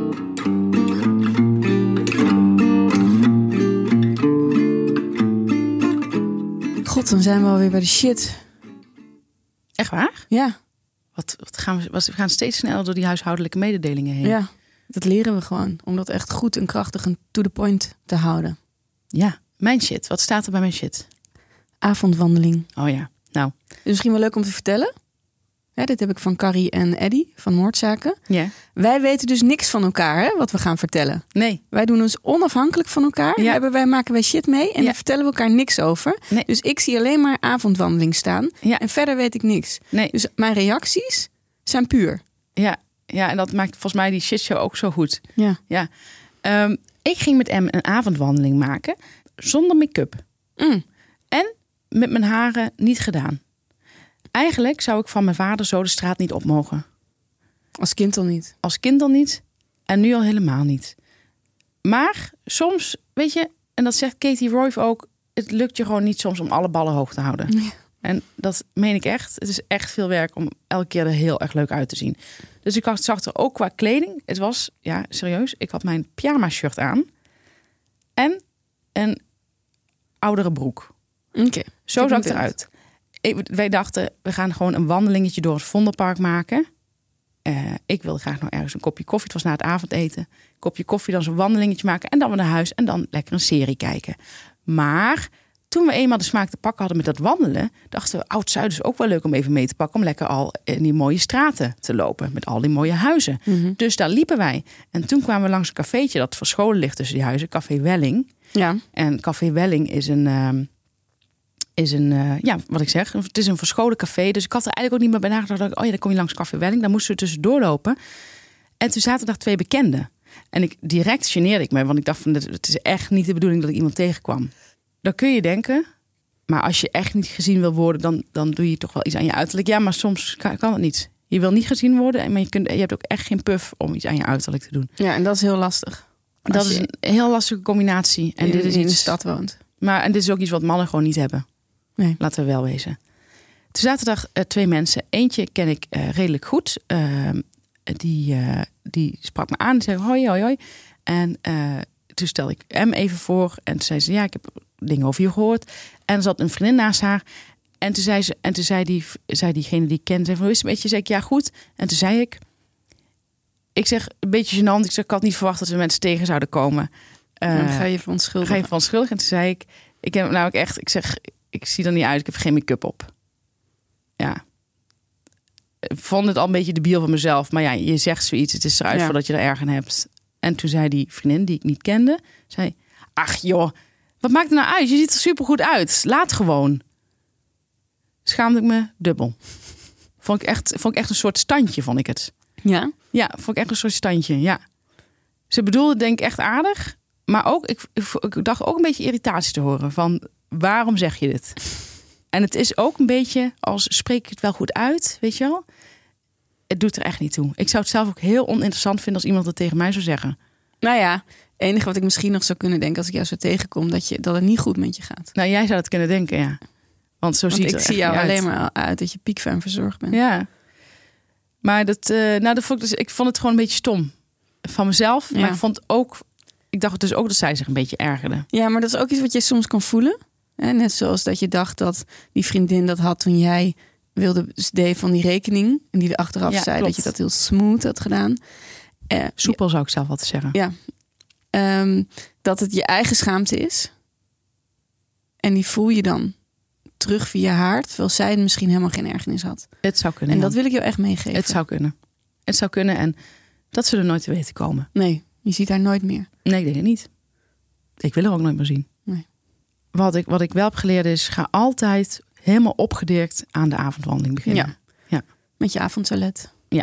God, dan zijn we alweer bij de shit. Echt waar? Ja. We gaan steeds sneller door die huishoudelijke mededelingen heen. Ja, dat leren we gewoon. Om dat echt goed en krachtig en to the point te houden. Ja, mijn shit. Wat staat er bij mijn shit? Avondwandeling. Oh ja, nou. Dus misschien wel leuk om te vertellen. Ja, dit heb ik van Carrie en Eddie van Moordzaken. Ja. Wij weten dus niks van elkaar, hè, wat we gaan vertellen. Nee. Wij doen ons onafhankelijk van elkaar. Ja. Wij maken wij shit mee en daar vertellen we elkaar niks over. Nee. Dus ik zie alleen maar avondwandeling staan. Ja. En verder weet ik niks. Nee. Dus mijn reacties zijn puur. Ja, en dat maakt volgens mij die shitshow ook zo goed. Ja. Ik ging met Em een avondwandeling maken zonder make-up. En met mijn haren niet gedaan. Eigenlijk zou ik van mijn vader zo de straat niet op mogen. Als kind al niet. Als kind al niet. En nu al helemaal niet. Maar soms, weet je, en dat zegt Katie Royf ook, het lukt je gewoon niet soms om alle ballen hoog te houden. Ja. En dat meen ik echt. Het is echt veel werk om elke keer er heel erg leuk uit te zien. Dus ik zag er ook qua kleding. Het was, ja, serieus. Ik had mijn pyjama shirt aan. En een oudere broek. Oké. Zo zag het eruit. Wij dachten, we gaan gewoon een wandelingetje door het Vondelpark maken. Ik wilde graag nog ergens een kopje koffie. Het was na het avondeten. Een kopje koffie, dan zo'n wandelingetje maken. En dan weer naar huis. En dan lekker een serie kijken. Maar toen we eenmaal de smaak te pakken hadden met dat wandelen, dachten we, Oud-Zuid is ook wel leuk om even mee te pakken. Om lekker al in die mooie straten te lopen. Met al die mooie huizen. Mm-hmm. Dus daar liepen wij. En toen kwamen we langs een cafeetje dat verscholen ligt tussen die huizen. Café Welling. Ja. En Café Welling is wat ik zeg, het is een verscholen café. Dus ik had er eigenlijk ook niet meer bij nagedacht. Dan kom je langs Café Welling. Daar moesten we tussendoor lopen. En toen zaten daar 2 bekenden. En direct geneerde ik me. Want ik dacht van, het is echt niet de bedoeling dat ik iemand tegenkwam. Dan kun je denken, maar als je echt niet gezien wil worden, dan doe je toch wel iets aan je uiterlijk. Ja, maar soms kan het niet. Je wil niet gezien worden, maar je hebt ook echt geen puff om iets aan je uiterlijk te doen. Ja, en dat is heel lastig. Dat is een heel lastige combinatie. En dit is iets in de stad woont. En dit is ook iets wat mannen gewoon niet hebben. Nee. Laten we wel wezen. Toen zaten er 2 mensen. Eentje ken ik redelijk goed. Die sprak me aan en zei hoi, hoi, hoi. En toen stelde ik hem even voor. En toen zei ze, ja, ik heb dingen over je gehoord. En er zat een vriendin naast haar. En toen zei diegene die ik kende, zei van, hoe is het met je? Zei ik, ja, goed. En toen zei ik zeg, een beetje gênant. Ik zeg, ik had niet verwacht dat er mensen tegen zouden komen. Dan ga je verontschuldigen. En toen zei ik heb namelijk echt, ik zeg, ik zie er niet uit. Ik heb geen make-up op. Ja. Ik vond het al een beetje debiel van mezelf. Maar ja, je zegt zoiets. Het is eruit voordat je er erg aan hebt. En toen zei die vriendin die ik niet kende, zei, ach joh, wat maakt het nou uit? Je ziet er supergoed uit. Laat gewoon. Schaamde ik me dubbel. Vond ik echt een soort standje, vond ik het. Ja? Ja, vond ik echt een soort standje, ja. Ze bedoelde denk ik echt aardig. Maar ook, ik dacht ook een beetje irritatie te horen. Van, waarom zeg je dit? En het is ook een beetje als, spreek ik het wel goed uit? Weet je wel? Het doet er echt niet toe. Ik zou het zelf ook heel oninteressant vinden als iemand het tegen mij zou zeggen. Nou ja, het enige wat ik misschien nog zou kunnen denken als ik jou zo tegenkom, dat het niet goed met je gaat. Nou, jij zou het kunnen denken, ja. Want zo ziet het er echt ik zie jou uit. alleen maar uit dat je piekfijn verzorgd bent. Ja. Maar dat vond ik vond het gewoon een beetje stom van mezelf. Ja. Maar ik dacht dus ook dat zij zich een beetje ergerde. Ja, maar dat is ook iets wat je soms kan voelen. Net zoals dat je dacht dat die vriendin dat had toen jij deed van die rekening. En die er achteraf zei klopt. dat je dat heel smooth had gedaan. Soepel zou ik zelf wat zeggen. Ja. Dat het je eigen schaamte is. En die voel je dan terug via haar. Terwijl zij misschien helemaal geen ergernis had. Het zou kunnen. En dat wil ik jou echt meegeven. Het zou kunnen. Het zou kunnen en dat ze er nooit te weten komen. Nee, je ziet haar nooit meer. Nee, ik denk het niet. Ik wil haar ook nooit meer zien. Nee. Wat ik wel heb geleerd is, ga altijd helemaal opgedirkt aan de avondwandeling beginnen. Ja. Met je avondtoilet. Ja.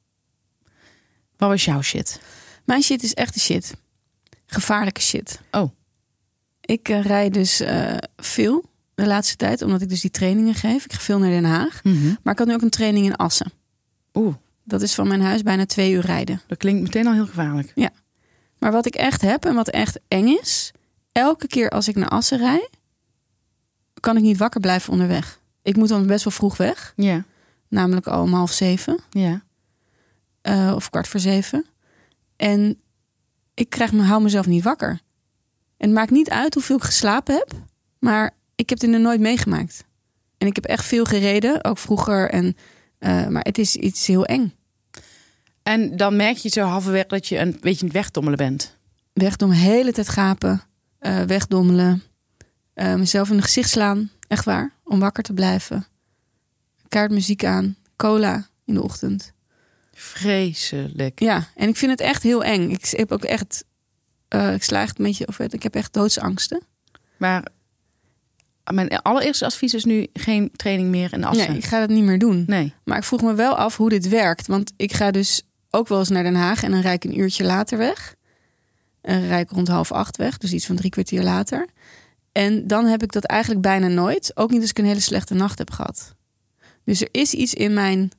Wat was jouw shit? Mijn shit is echte shit. Gevaarlijke shit. Oh. Ik rijd dus veel de laatste tijd, omdat ik dus die trainingen geef. Ik ga veel naar Den Haag. Mm-hmm. Maar ik had nu ook een training in Assen. Oeh, Dat is van mijn huis bijna 2 uur rijden. dat klinkt meteen al heel gevaarlijk. Ja. Maar wat ik echt heb en wat echt eng is, elke keer als ik naar Assen rijd, kan ik niet wakker blijven onderweg. Ik moet dan best wel vroeg weg. Ja. Namelijk al om 6:30. Ja. Of 6:15. En ik hou mezelf niet wakker. En het maakt niet uit hoeveel ik geslapen heb. Maar ik heb het er nooit meegemaakt. En ik heb echt veel gereden. Ook vroeger. Maar het is iets heel eng. En dan merk je zo halverwege dat je een beetje aan het wegdommelen bent. Wegdommelen, de hele tijd gapen. Wegdommelen. Mezelf in het gezicht slaan. Echt waar. Om wakker te blijven. Kaartmuziek aan. Cola in de ochtend. Vreselijk. Ja, en ik vind het echt heel eng. Ik heb ook echt... ik sla echt een beetje... ik heb echt doodsangsten. Maar mijn allereerste advies is nu geen training meer in Assen. Nee, ik ga dat niet meer doen. Nee. Maar ik vroeg me wel af hoe dit werkt. Want ik ga dus ook wel eens naar Den Haag... en dan rijd ik een uurtje later weg. En dan rijd ik rond 7:30 weg. Dus iets van 3 kwartier later. En dan heb ik dat eigenlijk bijna nooit. Ook niet als ik een hele slechte nacht heb gehad. Dus er is iets in mijn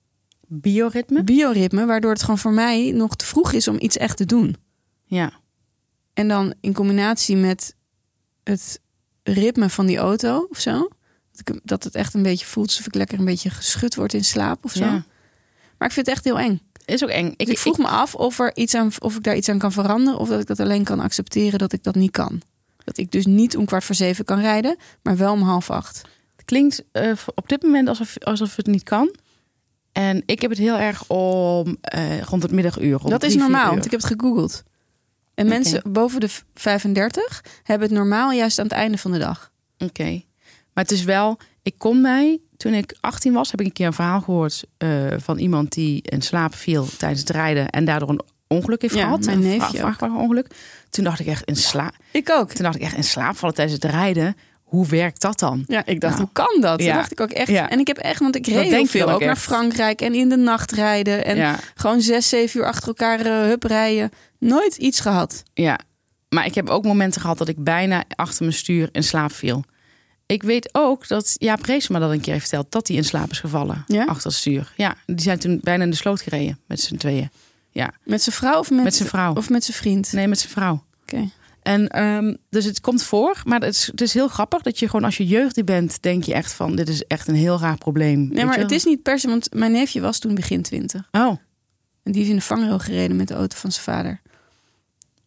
bioritme... waardoor het gewoon voor mij nog te vroeg is om iets echt te doen. Ja. En dan in combinatie met het ritme van die auto of zo. Dat het echt een beetje voelt alsof ik lekker een beetje geschud word in slaap of zo. Ja. Maar ik vind het echt heel eng. Is ook eng. Ik vroeg me af of ik daar iets aan kan veranderen. Of dat ik dat alleen kan accepteren dat ik dat niet kan. Dat ik dus niet om 6:15 kan rijden, maar wel om 7:30. Het klinkt op dit moment alsof het niet kan. En ik heb het heel erg om rond het middaguur. Dat is normaal, want ik heb het gegoogeld. En mensen boven de 35 hebben het normaal juist aan het einde van de dag. Oké. Maar het is wel... Toen ik 18 was, heb ik een keer een verhaal gehoord van iemand die in slaap viel tijdens het rijden en daardoor een ongeluk heeft gehad. Mijn neefje een vrachtwagenongeluk. Toen dacht ik echt in slaap. Ik ook. Toen dacht ik echt in slaap vallen tijdens het rijden. Hoe werkt dat dan? Ja, ik dacht, hoe kan dat? Ja. Toen dacht ik ook echt. Ja. En ik heb echt, want ik reed heel veel ook naar Frankrijk en in de nacht rijden. En gewoon 6-7 uur achter elkaar rijden. Nooit iets gehad. Ja, maar ik heb ook momenten gehad dat ik bijna achter mijn stuur in slaap viel. Ik weet ook dat Jaap Reesema dat een keer heeft verteld, dat hij in slaap is gevallen achter het stuur. Ja, die zijn toen bijna in de sloot gereden met z'n tweeën. Ja. Met zijn vrouw of met zijn vrouw? Of met zijn vriend? Nee, met zijn vrouw. Oké. En dus het komt voor, maar het is heel grappig dat je gewoon als je jeugdig bent, denk je echt van, dit is echt een heel raar probleem. Nee, maar het is niet per se, want mijn neefje was toen begin 20. Oh. En die is in de vangrail gereden met de auto van zijn vader.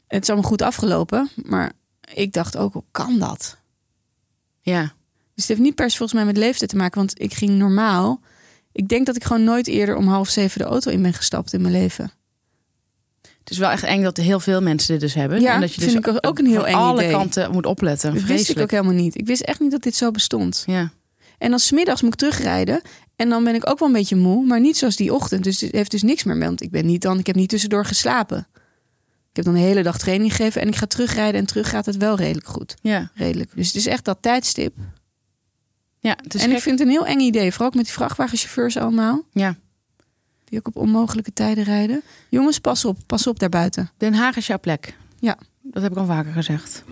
Het is allemaal goed afgelopen. Maar ik dacht ook, hoe kan dat? Ja. Dus het heeft niet per se volgens mij met leeftijd te maken. Want ik ging normaal. Ik denk dat ik gewoon nooit eerder om 6:30 de auto in ben gestapt in mijn leven. Het is wel echt eng dat heel veel mensen dit dus hebben. Ja, en dat je vind dus ik ook een heel eng alle idee. kanten moet opletten. Dat wist ik Vreselijk. ook helemaal niet. Ik wist echt niet dat dit zo bestond. Ja. En dan 's middags moet ik terugrijden. En dan ben ik ook wel een beetje moe. Maar niet zoals die ochtend. Dus het heeft dus niks meer mee. Want ik heb niet tussendoor geslapen. Ik heb dan de hele dag training gegeven. En ik ga terugrijden. En terug gaat het wel redelijk goed. Ja. Redelijk. Dus het is echt dat tijdstip. Ja, het is En gek. ik vind het een heel eng idee. Vooral ook met die vrachtwagenchauffeurs allemaal. Ja. Die ook op onmogelijke tijden rijden. Jongens, pas op. Pas op daarbuiten. Den Haag is jouw plek. Ja. Dat heb ik al vaker gezegd.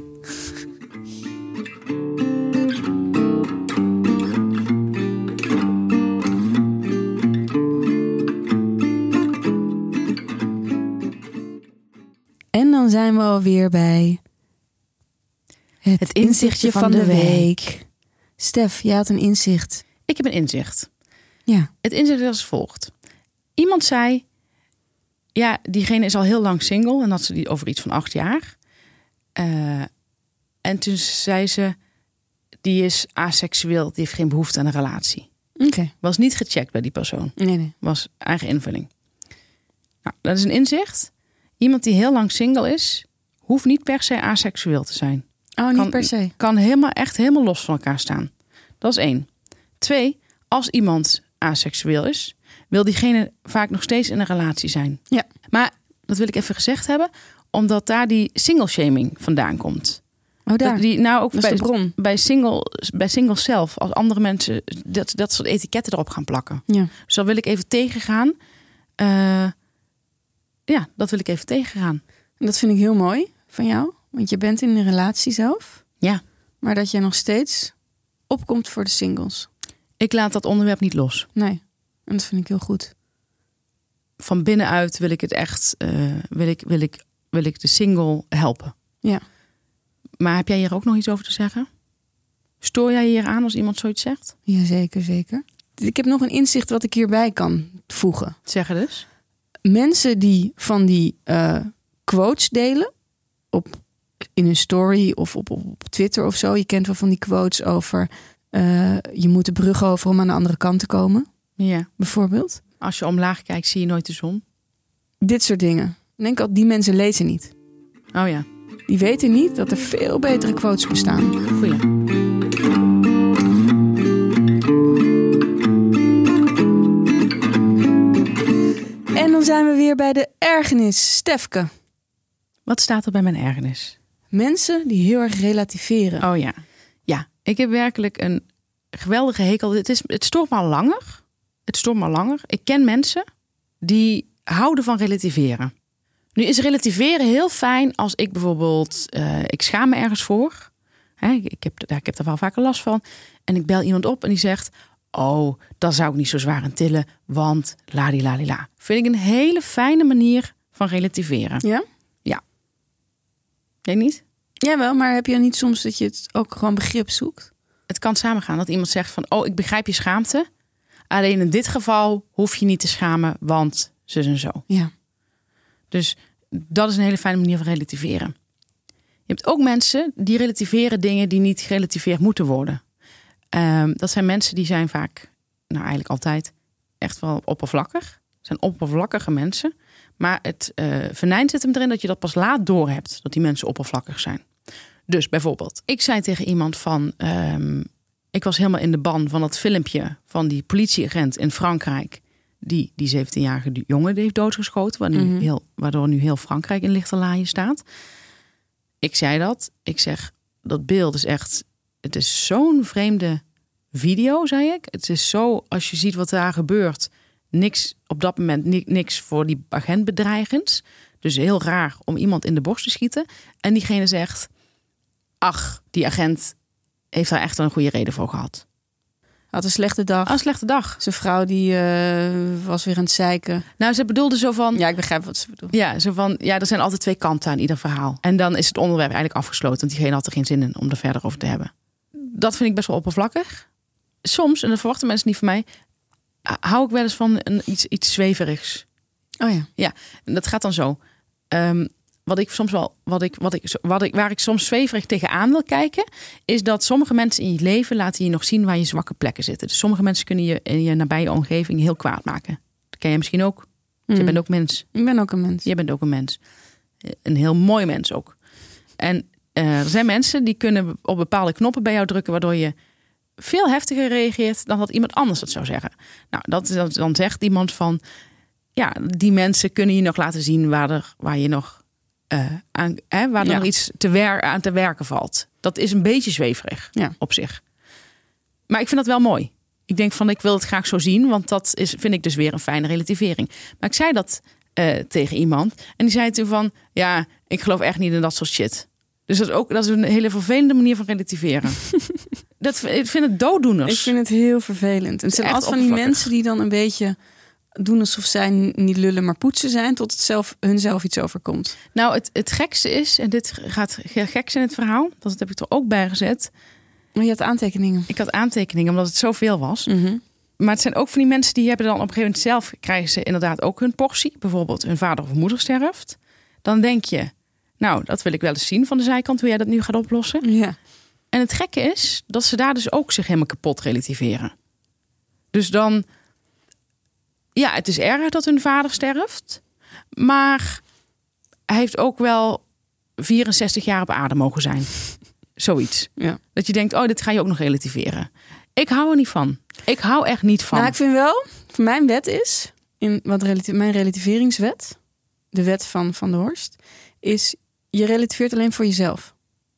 En dan zijn we alweer bij het inzichtje van de week. Stef, jij had een inzicht. Ik heb een inzicht. Ja. Het inzicht is als volgt. Iemand zei... Ja, diegene is al heel lang single. En dat ze die over iets van 8 jaar. En toen zei ze... Die is aseksueel. Die heeft geen behoefte aan een relatie. Oké. Was niet gecheckt bij die persoon. Nee. Was eigen invulling. Nou, dat is een inzicht. Iemand die heel lang single is... hoeft niet per se aseksueel te zijn. Oh, niet per se. Kan echt helemaal los van elkaar staan. Dat is 1. 2, als iemand aseksueel is... wil diegene vaak nog steeds in een relatie zijn. Ja. Maar dat wil ik even gezegd hebben... omdat daar die single-shaming vandaan komt. Oh, daar. Die nou ook Dat is de bron. bij singles zelf... als andere mensen dat soort etiketten erop gaan plakken. Ja. Dus dat wil ik even tegengaan. Ja, dat wil ik even tegengaan. En dat vind ik heel mooi van jou. Want je bent in een relatie zelf. Ja. Maar dat je nog steeds opkomt voor de singles. Ik laat dat onderwerp niet los. Nee. En dat vind ik heel goed. Van binnenuit wil ik het echt... wil ik de single helpen. Ja. Maar heb jij hier ook nog iets over te zeggen? Stoor jij hier aan als iemand zoiets zegt? Ja, zeker, zeker. Ik heb nog een inzicht wat ik hierbij kan voegen. Zeggen dus. Mensen die van die quotes delen... in hun story of op Twitter of zo. Je kent wel van die quotes over... je moet de brug over om aan de andere kant te komen. Ja. Bijvoorbeeld. Als je omlaag kijkt, zie je nooit de zon. Dit soort dingen. Ik denk al, die mensen lezen niet. Oh ja. Die weten niet dat er veel betere quotes bestaan. Goeie. En dan zijn we weer bij de ergernis. Stefke. Wat staat er bij mijn ergernis? Mensen die heel erg relativeren. Oh ja. Ja, ik heb werkelijk een geweldige hekel. Het stoort me al langer. Ik ken mensen die houden van relativeren. Nu is relativeren heel fijn als ik bijvoorbeeld... ik schaam me ergens voor. Ik heb er wel vaker last van. En ik bel iemand op en die zegt... Oh, dat zou ik niet zo zwaar aan tillen, want ladila. Vind ik een hele fijne manier van relativeren. Ja? Ja. Jij niet? Jawel, maar heb je niet soms dat je het ook gewoon begrip zoekt? Het kan samengaan dat iemand zegt van... Oh, ik begrijp je schaamte. Alleen in dit geval hoef je niet te schamen, want zus en zo. Ja. Dus dat is een hele fijne manier van relativeren. Je hebt ook mensen die relativeren dingen die niet gerelativeerd moeten worden. Dat zijn mensen die zijn vaak, nou eigenlijk altijd, echt wel oppervlakkig. Het zijn oppervlakkige mensen. Maar het venijn zit hem erin dat je dat pas laat doorhebt. Dat die mensen oppervlakkig zijn. Dus bijvoorbeeld, ik zei tegen iemand van... ik was helemaal in de ban van dat filmpje van die politieagent in Frankrijk... die 17-jarige jongen heeft doodgeschoten... waardoor nu heel Frankrijk in lichterlaaien staat. Ik zei dat. Ik zeg, dat beeld is echt... Het is zo'n vreemde video, zei ik. Het is zo, als je ziet wat daar gebeurt... niks op dat moment, niks voor die agent bedreigends. Dus heel raar om iemand in de borst te schieten. En diegene zegt... Ach, die agent heeft daar echt wel een goede reden voor gehad. Had een slechte dag. Een slechte dag. Zijn vrouw die was weer aan het zeiken. Nou, ze bedoelde zo van... Ja, ik begrijp wat ze bedoelt. Ja, zo van, ja, er zijn altijd 2 kanten aan ieder verhaal. En dan is het onderwerp eigenlijk afgesloten. Want diegene had er geen zin in om er verder over te hebben. Dat vind ik best wel oppervlakkig. Soms, en dat verwachten mensen niet van mij... hou ik wel eens van iets zweverigs. Oh ja. Ja, en dat gaat dan zo. waar ik soms zweverig tegenaan wil kijken, is dat sommige mensen in je leven laten je nog zien waar je zwakke plekken zitten. Dus sommige mensen kunnen je in je nabije omgeving heel kwaad maken. Dat ken je misschien ook. Je bent ook mens. Ik ben ook een mens. Je bent ook een mens. Een heel mooi mens ook. En er zijn mensen die kunnen op bepaalde knoppen bij jou drukken, waardoor je veel heftiger reageert dan dat iemand anders het zou zeggen. Nou, dan zegt iemand van, ja, die mensen kunnen je nog laten zien waar je nog nog iets aan te werken valt. Dat is een beetje zweverig op zich. Maar ik vind dat wel mooi. Ik denk van, ik wil het graag zo zien, want vind ik dus weer een fijne relativering. Maar ik zei dat tegen iemand en die zei toen van, ja, ik geloof echt niet in dat soort shit. Dus dat is een hele vervelende manier van relativeren. Ik vind het dooddoeners. Ik vind het heel vervelend. Het zijn altijd van die mensen die dan een beetje doen alsof zij niet lullen, maar poetsen zijn, tot het hunzelf iets overkomt. Nou, het gekste is, en dit gaat gek zijn in het verhaal, dat heb ik er ook bij gezet. Maar je had aantekeningen. Ik had aantekeningen, omdat het zoveel was. Mm-hmm. Maar het zijn ook van die mensen die hebben dan op een gegeven moment zelf, krijgen ze inderdaad ook hun portie. Bijvoorbeeld hun vader of moeder sterft. Dan denk je, nou, dat wil ik wel eens zien van de zijkant, hoe jij dat nu gaat oplossen. Ja. En het gekke is dat ze daar dus ook zich helemaal kapot relativeren. Dus dan, ja, het is erg dat hun vader sterft. Maar hij heeft ook wel 64 jaar op aarde mogen zijn. Zoiets. Ja. Dat je denkt, dit ga je ook nog relativeren. Ik hou er niet van. Ik hou echt niet van. Nou, ik vind wel, voor mijn wet is, mijn relativeringswet, de wet van Van der Horst, is je relativeert alleen voor jezelf.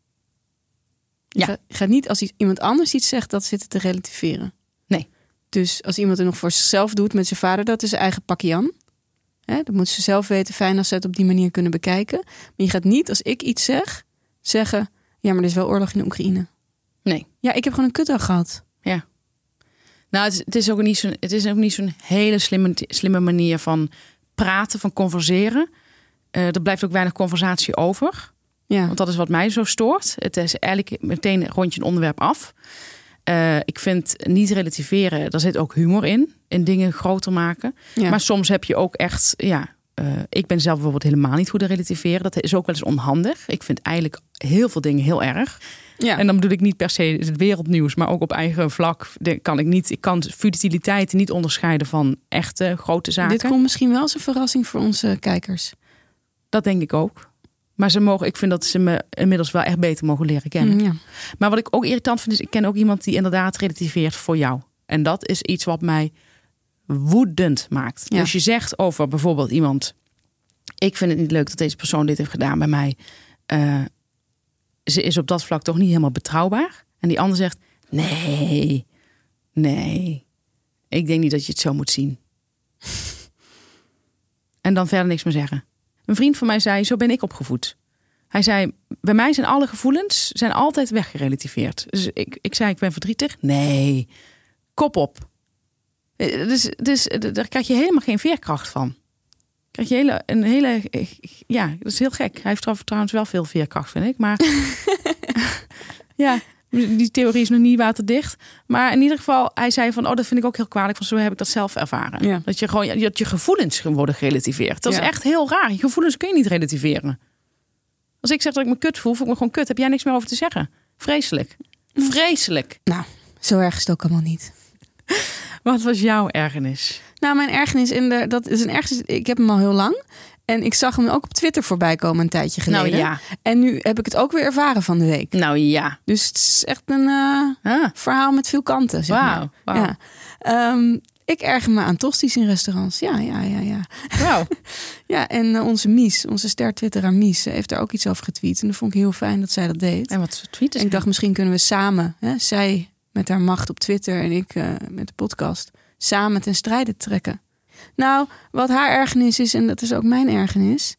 Je gaat niet als iemand anders iets zegt, dat zitten te relativeren. Nee. Dus als iemand er nog voor zichzelf doet met zijn vader, dat is zijn eigen pakje aan. Dat moet ze zelf weten, fijn als ze het op die manier kunnen bekijken. Maar je gaat niet, als ik iets zeg, zeggen, ja, maar er is wel oorlog in de Oekraïne. Nee. Ja, ik heb gewoon een kutdag gehad. Ja. Nou, het is ook niet zo'n hele slimme manier van praten, van converseren. Er blijft ook weinig conversatie over. Ja. Want dat is wat mij zo stoort. Het is eigenlijk meteen rond je een onderwerp af. Ik vind niet relativeren, daar zit ook humor in dingen groter maken. Ja. Maar soms heb je ook echt, ik ben zelf bijvoorbeeld helemaal niet goed te relativeren. Dat is ook wel eens onhandig. Ik vind eigenlijk heel veel dingen heel erg. Ja. En dan bedoel ik niet per se het wereldnieuws, maar ook op eigen vlak ik kan futiliteiten niet onderscheiden van echte grote zaken. Dit komt misschien wel als een verrassing voor onze kijkers. Dat denk ik ook. Maar ik vind dat ze me inmiddels wel echt beter mogen leren kennen. Ja. Maar wat ik ook irritant vind, is ik ken ook iemand die inderdaad relativeert voor jou. En dat is iets wat mij woedend maakt. Ja. Dus je zegt over bijvoorbeeld iemand, ik vind het niet leuk dat deze persoon dit heeft gedaan bij mij. Ze is op dat vlak toch niet helemaal betrouwbaar. En die ander zegt, nee, ik denk niet dat je het zo moet zien. En dan verder niks meer zeggen. Een vriend van mij zei, zo ben ik opgevoed. Hij zei, bij mij zijn alle gevoelens altijd weggerelativeerd. Dus ik zei, ik ben verdrietig. Nee, kop op. Dus daar krijg je helemaal geen veerkracht van. Krijg je ja, dat is heel gek. Hij heeft trouwens wel veel veerkracht, vind ik. Maar ja, die theorie is nog niet waterdicht. Maar in ieder geval, hij zei van, dat vind ik ook heel kwalijk. Want zo heb ik dat zelf ervaren. Ja. Dat je gevoelens worden gerelativeerd. Dat is echt heel raar. Je gevoelens kun je niet relativeren. Als ik zeg dat ik me kut voel ik me gewoon kut. Heb jij niks meer over te zeggen? Vreselijk. Vreselijk. Nou, zo erg is het ook allemaal niet. Wat was jouw ergernis? Nou, mijn ergernis, dat is een ergernis. Ik heb hem al heel lang. En ik zag hem ook op Twitter voorbij komen een tijdje geleden. Nou ja. En nu heb ik het ook weer ervaren van de week. Nou ja. Dus het is echt een verhaal met veel kanten. Zeg maar. Wauw. Ja. Ik erger me aan tosties in restaurants. Ja. Wauw. Ja, en onze ster-twitteraar Mies, heeft daar ook iets over getweet. En dat vond ik heel fijn dat zij dat deed. En wat voor tweet is en ik dacht, misschien kunnen we samen, zij met haar macht op Twitter en ik met de podcast, samen ten strijde trekken. Nou, wat haar ergernis is, en dat is ook mijn ergernis,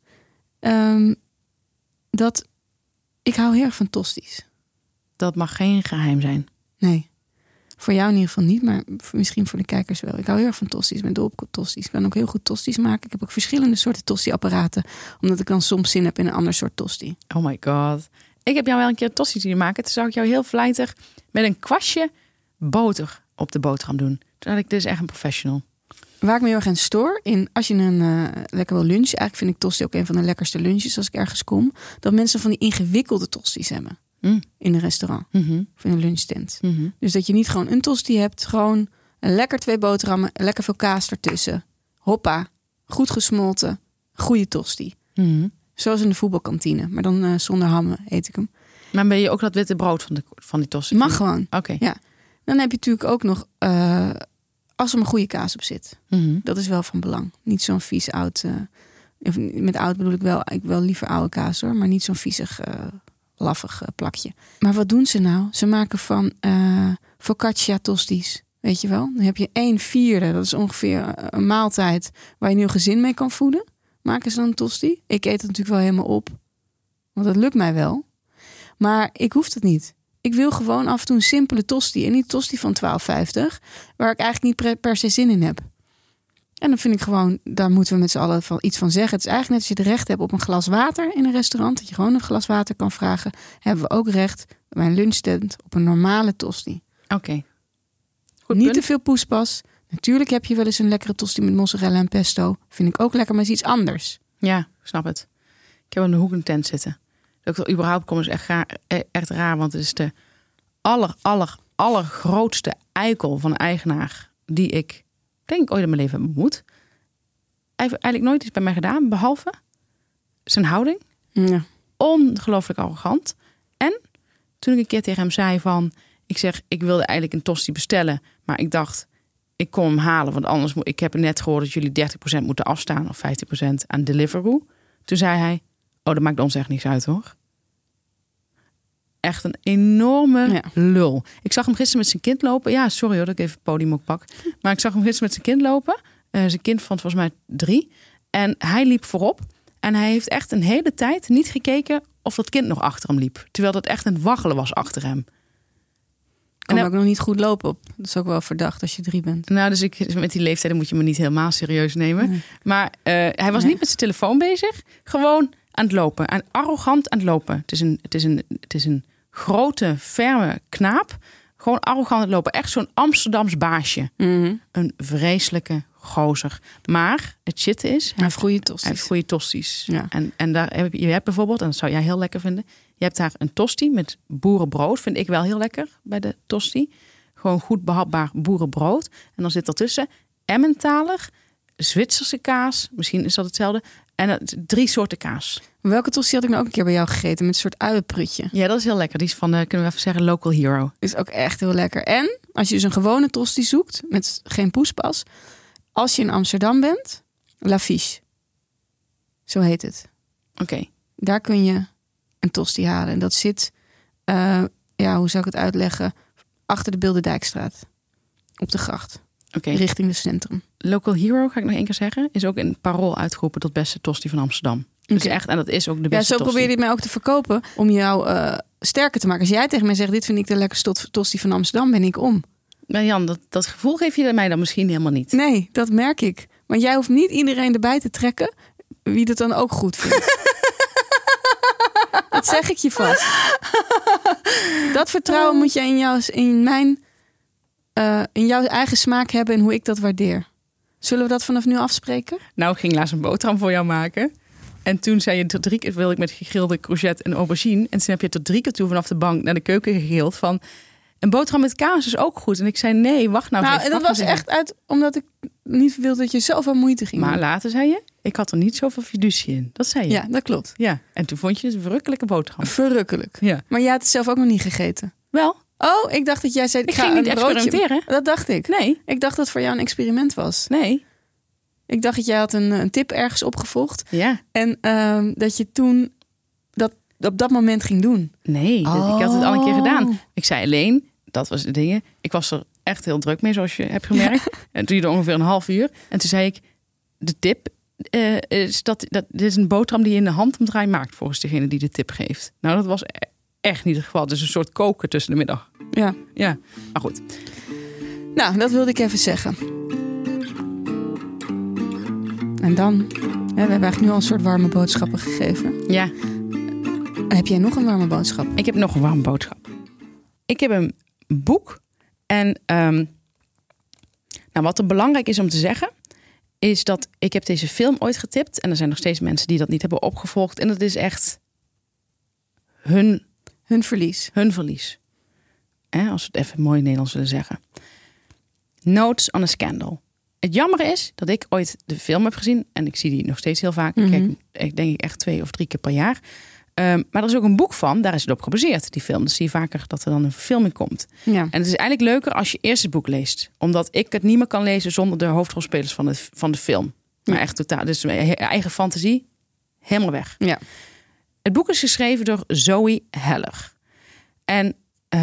dat ik hou heel erg van tosties. Dat mag geen geheim zijn. Nee. Voor jou in ieder geval niet, maar misschien voor de kijkers wel. Ik hou heel erg van tosties. Ik ben dol op tosties. Ik kan ook heel goed tosties maken. Ik heb ook verschillende soorten tosti-apparaten. Omdat ik dan soms zin heb in een ander soort tosti. Oh my god. Ik heb jou wel een keer tosti zien maken. Toen zag ik jou heel vlijtig met een kwastje boter op de boterham doen. Toen had ik, dit is echt een professional. waar ik me heel erg aan stoor, als je een lekker wil lunchen, eigenlijk vind ik tosti ook een van de lekkerste lunches als ik ergens kom, dat mensen van die ingewikkelde tosties hebben in een restaurant of in een lunchtent. Dus dat je niet gewoon een tosti hebt, gewoon een lekker 2 boterhammen, lekker veel kaas ertussen. Hoppa, goed gesmolten, goede tosti. Zoals in de voetbalkantine, maar dan zonder hammen eet ik hem. Maar ben je ook dat witte brood van die tosti? Mag gewoon. Oké. Ja. Dan heb je natuurlijk ook nog, als er maar goede kaas op zit. Dat is wel van belang. Niet zo'n vies oud, met oud bedoel ik wel liever oude kaas hoor, maar niet zo'n viezig, laffig plakje. Maar wat doen ze nou? Ze maken van focaccia tosties. Weet je wel? Dan heb je 1/4. Dat is ongeveer een maaltijd waar je een heel gezin mee kan voeden. Maken ze dan een tosti? Ik eet het natuurlijk wel helemaal op. Want dat lukt mij wel. Maar ik hoef dat niet. Ik wil gewoon af en toe een simpele tosti. En niet tosti van €12,50. Waar ik eigenlijk niet per se zin in heb. En dan vind ik gewoon, daar moeten we met z'n allen iets van zeggen. Het is eigenlijk net als je het recht hebt op een glas water in een restaurant. Dat je gewoon een glas water kan vragen. Hebben we ook recht bij een lunchtent op een normale tosti. Oké. Niet te veel poespas. Natuurlijk heb je wel eens een lekkere tosti met mozzarella en pesto. Vind ik ook lekker, maar is iets anders. Ja, ik snap het. Ik heb in de hoek een tent zitten. Dat ik er überhaupt kom is echt raar. Want het is de allergrootste eikel van een eigenaar die ik denk ik ooit in mijn leven heb ontmoet. Hij heeft eigenlijk nooit iets bij mij gedaan, behalve zijn houding. Ja. Ongelooflijk arrogant. En toen ik een keer tegen hem zei van, ik wilde eigenlijk een tosti bestellen, maar ik dacht, ik kom hem halen, want anders ik heb net gehoord dat jullie 30% moeten afstaan of 15% aan Deliveroo. Toen zei hij, dat maakt ons echt niks uit hoor. Echt een enorme lul. Ik zag hem gisteren met zijn kind lopen. Ja, sorry hoor dat ik even het podium ook pak. Maar ik zag hem gisteren met zijn kind lopen. Zijn kind van volgens mij 3. En hij liep voorop. En hij heeft echt een hele tijd niet gekeken of dat kind nog achter hem liep. Terwijl dat echt een waggelen was achter hem. Kan ook nog niet goed lopen op. Dat is ook wel verdacht als je 3 bent. Nou, dus met die leeftijden moet je me niet helemaal serieus nemen. Nee. Maar hij was niet met zijn telefoon bezig. Gewoon aan het lopen. En arrogant aan het lopen. Het is een grote, ferme knaap. Gewoon arrogant aan het lopen. Echt zo'n Amsterdams baasje. Een vreselijke gozer. Maar het shit is, hij heeft goede tosti's. Ja. En daar je hebt bijvoorbeeld, en dat zou jij heel lekker vinden, je hebt daar een tosti met boerenbrood. Vind ik wel heel lekker bij de tosti. Gewoon goed behapbaar boerenbrood. En dan zit ertussen Emmentaler, Zwitserse kaas. Misschien is dat hetzelfde. En 3 soorten kaas. Welke tosti had ik nou ook een keer bij jou gegeten? Met een soort uienprutje. Ja, dat is heel lekker. Die is van, kunnen we even zeggen, Local Hero. Is ook echt heel lekker. En als je dus een gewone tosti zoekt, met geen poespas. Als je in Amsterdam bent, Lafiche. Zo heet het. Oké. Daar kun je een tosti halen. En dat zit, hoe zou ik het uitleggen? Achter de Bilderdijkstraat. Op de gracht. Okay. Richting het centrum. Local Hero, ga ik nog 1 keer zeggen, is ook in Parool uitgeroepen tot beste tosti van Amsterdam. Dus echt, en dat is ook de beste tosti. Ja, zo probeer je het mij ook te verkopen om jou sterker te maken. Als jij tegen mij zegt, dit vind ik de lekkerste tosti van Amsterdam, ben ik om. Maar Jan, dat gevoel geef je mij dan misschien helemaal niet. Nee, dat merk ik. Want jij hoeft niet iedereen erbij te trekken wie dat dan ook goed vindt. Dat zeg ik je vast. Dat vertrouwen moet je in jouw eigen smaak hebben en hoe ik dat waardeer. Zullen we dat vanaf nu afspreken? Nou, ik ging laatst een boterham voor jou maken. En toen zei je tot 3 keer, wil ik met gegrilde courgette en aubergine. En toen heb je tot 3 keer toe vanaf de bank naar de keuken gegild van, een boterham met kaas is ook goed. En ik zei, nee, wacht nou. Nou, dat was echt uit, omdat ik niet wilde dat je zoveel moeite ging Maar doen. later zei je, ik had er niet zoveel fiducie in. Dat zei je. Ja, dat klopt. Ja, en toen vond je het een verrukkelijke boterham. Verrukkelijk. Ja. Maar jij had het zelf ook nog niet gegeten. Wel. Oh, ik dacht dat jij zei, ik ging niet experimenteren. Dat dacht ik. Nee. Ik dacht dat het voor jou een experiment was. Nee. Ik dacht dat jij had een tip ergens opgevolgd. Ja. En dat je toen dat op dat moment ging doen. Nee, ik had het al een keer gedaan. Ik zei alleen, dat was de dingen. Ik was er echt heel druk mee, zoals je hebt gemerkt. Ja. En toen duurde ongeveer een half uur. En toen zei ik, de tip is dat dit is een boterham die je in de handomdraai maakt, volgens degene die de tip geeft. Nou, dat was echt niet het geval. Het is een soort koken tussen de middag. Ja. Ja, maar goed. Nou, dat wilde ik even zeggen. En dan, we hebben eigenlijk nu al een soort warme boodschappen gegeven. Ja. Heb jij nog een warme boodschap? Ik heb nog een warme boodschap. Ik heb een boek. En wat er belangrijk is om te zeggen, is dat ik heb deze film ooit getipt. En er zijn nog steeds mensen die dat niet hebben opgevolgd. En dat is echt hun verlies. Hun verlies. Als we het even mooi Nederlands willen zeggen. Notes on a Scandal. Het jammer is dat ik ooit de film heb gezien. En ik zie die nog steeds heel vaak. Ik denk echt 2 of 3 keer per jaar. Maar er is ook een boek van. Daar is het op gebaseerd, die film. Dus zie je vaker dat er dan een verfilming komt. Ja. En het is eigenlijk leuker als je eerst het boek leest. Omdat ik het niet meer kan lezen zonder de hoofdrolspelers van de film. Maar echt totaal. Dus mijn eigen fantasie helemaal weg. Ja. Het boek is geschreven door Zoe Heller. En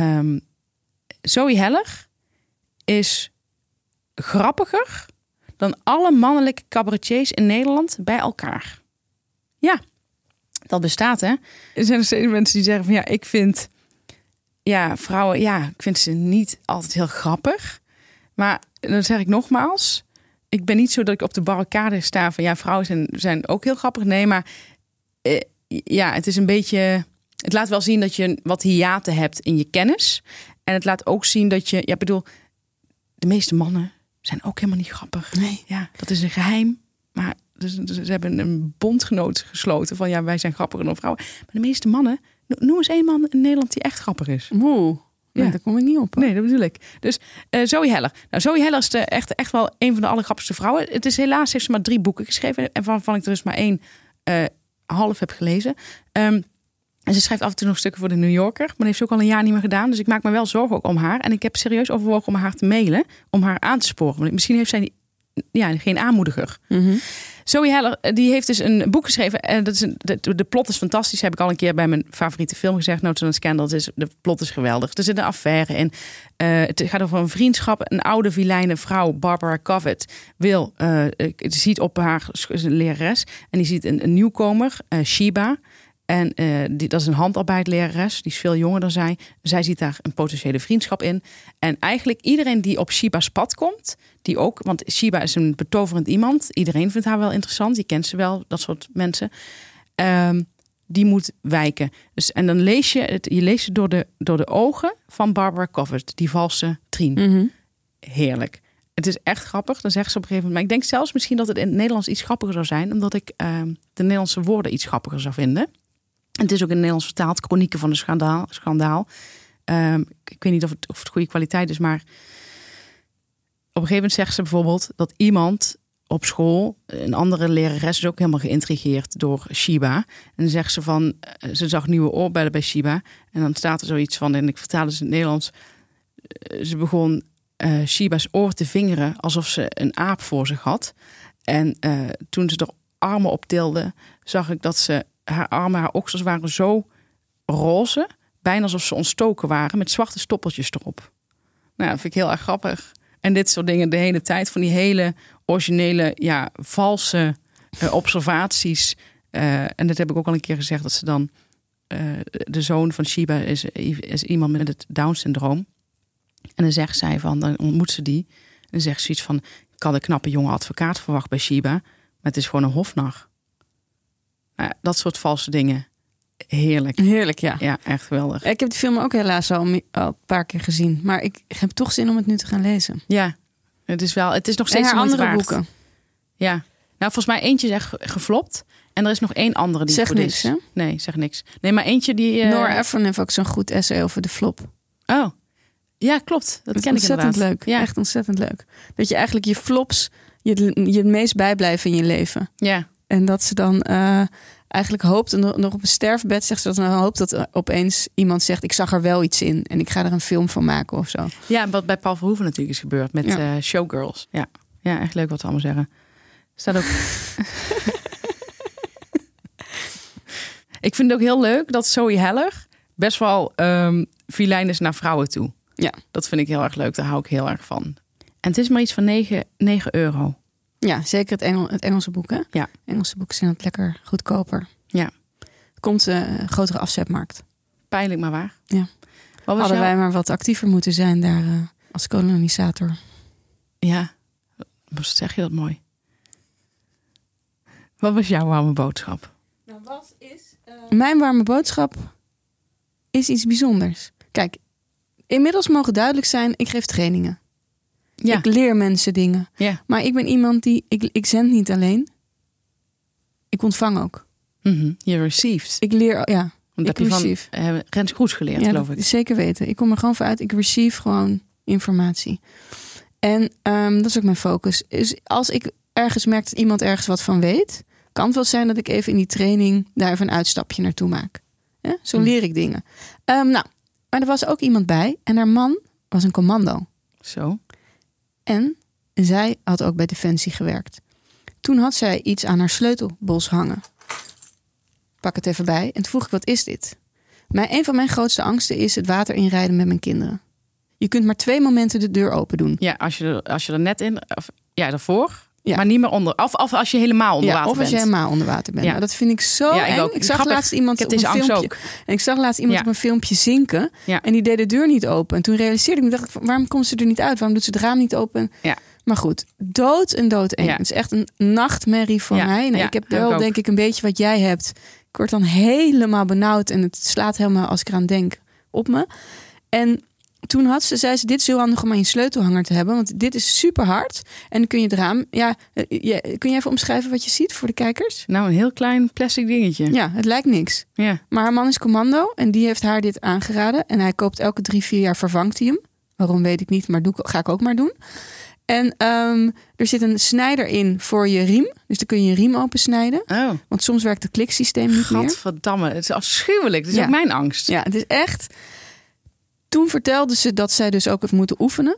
Zoe Heller is grappiger dan alle mannelijke cabaretiers in Nederland bij elkaar. Ja, dat bestaat, hè. Er zijn nog steeds mensen die zeggen van ja, ik vind vrouwen, ik vind ze niet altijd heel grappig. Maar dan zeg ik nogmaals, ik ben niet zo dat ik op de barricade sta van vrouwen zijn ook heel grappig. Nee, maar het is een beetje, het laat wel zien dat je wat hiaten hebt in je kennis. En het laat ook zien dat je, de meeste mannen zijn ook helemaal niet grappig. Nee. Ja, dat is een geheim. Maar ze hebben een bondgenoot gesloten van wij zijn grappiger dan vrouwen. Maar de meeste mannen, noem eens 1 man in Nederland die echt grappig is. Oeh, daar kom ik niet op. Hoor. Nee, dat bedoel ik. Dus Zoe Heller. Nou, Zoe Heller is echt wel een van de allergrappigste vrouwen. Het is helaas, heeft ze maar 3 boeken geschreven. En waarvan ik er dus maar 1 half heb gelezen. En ze schrijft af en toe nog stukken voor de New Yorker. Maar dat heeft ze ook al een jaar niet meer gedaan. Dus ik maak me wel zorgen ook om haar. En ik heb serieus overwogen om haar te mailen. Om haar aan te sporen. Want misschien heeft zij geen aanmoediger. Mm-hmm. Zoe Heller, die heeft dus een boek geschreven. En dat is de plot is fantastisch. Heb ik al een keer bij mijn favoriete film gezegd. Notes on a Scandal. De plot is geweldig. Er zit een affaire in. Het gaat over een vriendschap. Een oude vilijne vrouw, Barbara Covett, ziet op haar lerares. En die ziet een nieuwkomer, Sheba. En dat is een handarbeiдлerares. Die is veel jonger dan zij. Zij ziet daar een potentiële vriendschap in. En eigenlijk iedereen die op Sheba's pad komt, die ook, want Sheba is een betoverend iemand. Iedereen vindt haar wel interessant. Je kent ze wel, dat soort mensen. Die moet wijken. Dus, en dan lees je het door de ogen van Barbara Covett, die valse Trien. Mm-hmm. Heerlijk. Het is echt grappig. Dan zegt ze op een gegeven moment. Maar ik denk zelfs misschien dat het in het Nederlands iets grappiger zou zijn, omdat ik de Nederlandse woorden iets grappiger zou vinden. En het is ook in het Nederlands vertaald. Chronieken van een schandaal. Ik weet niet of het goede kwaliteit is, maar op een gegeven moment zegt ze bijvoorbeeld dat iemand op school, een andere lerares, is ook helemaal geïntrigeerd door Sheba. En dan zegt ze van, ze zag nieuwe oorbellen bij Sheba. En dan staat er zoiets van, en ik vertaal het in het Nederlands. Ze begon Sheba's oor te vingeren alsof ze een aap voor zich had. En toen ze er armen op tilde, zag ik dat ze haar armen, haar oksels waren zo roze, bijna alsof ze ontstoken waren, met zwarte stoppeltjes erop. Nou, dat vind ik heel erg grappig. En dit soort dingen de hele tijd, van die hele originele, valse observaties. En dat heb ik ook al een keer gezegd, dat ze dan, de zoon van Sheba is iemand met het Down-syndroom. En dan zegt zij van, dan ontmoet ze die. En dan zegt ze iets van, ik had een knappe jonge advocaat verwacht bij Sheba, maar het is gewoon een hofnar. Dat soort valse dingen. Heerlijk. Heerlijk, ja. Ja, echt geweldig. Ik heb de film ook helaas al een paar keer gezien. Maar ik heb toch zin om het nu te gaan lezen. Ja, het is nog steeds en haar andere boeken. Ja. Nou, volgens mij eentje is echt geflopt. En er is nog 1 andere die zeg goed niks, is. Hè? Nee, zeg niks. Nee, maar eentje die... Nora Ephron heeft ook zo'n goed essay over de flop. Oh, ja, klopt. Dat ken ik inderdaad. Ontzettend leuk. Ja. Echt ontzettend leuk. Dat je eigenlijk je flops je het meest bijblijven in je leven. Ja. En dat ze dan eigenlijk hoopt, nog op een sterfbed zegt ze dat, dan hoopt dat opeens iemand zegt, ik zag er wel iets in en ik ga er een film van maken of zo. Ja, wat bij Paul Verhoeven natuurlijk is gebeurd met Showgirls. Ja. Ja, echt leuk wat ze allemaal zeggen. Staat ook. Ik vind het ook heel leuk dat Zoe Heller best wel vilijn is naar vrouwen toe. Ja. Dat vind ik heel erg leuk. Daar hou ik heel erg van. En het is maar iets van 9 euro. Ja, zeker het Engelse boek, hè? Ja. Engelse boeken zijn het lekker goedkoper. Ja. Het komt een grotere afzetmarkt. Pijnlijk maar waar. Ja. Hadden wij maar wat actiever moeten zijn daar als kolonisator. Ja, wat zeg je dat mooi. Wat was jouw warme boodschap? Nou, wat is... Mijn warme boodschap is iets bijzonders. Kijk, inmiddels mogen duidelijk zijn, ik geef trainingen. Ja. Ik leer mensen dingen. Ja. Maar ik ben iemand die... Ik zend niet alleen. Ik ontvang ook. Je received. Ik leer... Ja, Dat heb je van Rens Kroes geleerd, ja, geloof ik. Zeker weten. Ik kom er gewoon voor uit. Ik receive gewoon informatie. En dat is ook mijn focus. Dus als ik ergens merk dat iemand ergens wat van weet... kan het wel zijn dat ik even in die training... daar even een uitstapje naartoe maak. Ja? Zo leer ik dingen. Maar er was ook iemand bij. En haar man was een commando. Zo. En zij had ook bij Defensie gewerkt. Toen had zij iets aan haar sleutelbos hangen. Pak het even bij. En toen vroeg ik, wat is dit? Een van mijn grootste angsten is het water inrijden met mijn kinderen. Je kunt maar 2 momenten de deur open doen. Ja, als je er net in... daarvoor. Ja. Maar niet meer onder... Of als je helemaal onder water bent. Of als je helemaal onder water bent. Ja. Nou, dat vind ik zo eng. Ook. Ik zag laatst iemand op een filmpje. En ik zag laatst iemand op een filmpje zinken. Ja. En die deed de deur niet open. En toen realiseerde ik me, dacht ik, waarom komt ze er niet uit? Waarom doet ze het raam niet open? Ja. Maar goed, dood eng. Ja. Het is echt een nachtmerrie voor mij. Nou, ik heb wel, denk ik, een beetje wat jij hebt. Ik word dan helemaal benauwd. En het slaat helemaal, als ik eraan denk, op me. En toen zei ze, dit is heel handig om aan je sleutelhanger te hebben. Want dit is super hard. En dan kun je het raam... kun je even omschrijven wat je ziet voor de kijkers? Nou, een heel klein plastic dingetje. Ja, het lijkt niks. Ja. Maar haar man is commando en die heeft haar dit aangeraden. En hij koopt elke 3-4 jaar vervangt hij hem. Waarom weet ik niet, maar ga ik ook maar doen. En er zit een snijder in voor je riem. Dus dan kun je riem opensnijden. Oh. Want soms werkt het kliksysteem niet meer. Gadverdamme, het is afschuwelijk. Het is ook mijn angst. Ja, het is echt... Toen vertelde ze dat zij dus ook heeft moeten oefenen.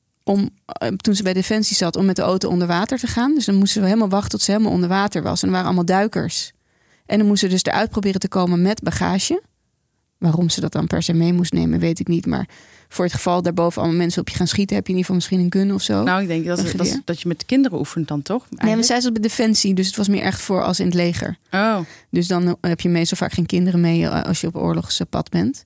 Toen ze bij Defensie zat, om met de auto onder water te gaan. Dus dan moesten we helemaal wachten tot ze helemaal onder water was. En er waren allemaal duikers. En dan moesten ze dus eruit proberen te komen met bagage. Waarom ze dat dan per se mee moest nemen, weet ik niet. Maar voor het geval daarboven allemaal mensen op je gaan schieten... heb je in ieder geval misschien een gun of zo. Nou, ik denk dat je met kinderen oefent dan toch? Eigenlijk? Nee, maar zij zat bij Defensie, dus het was meer echt voor als in het leger. Oh. Dus dan heb je meestal vaak geen kinderen mee als je op oorlogspad bent.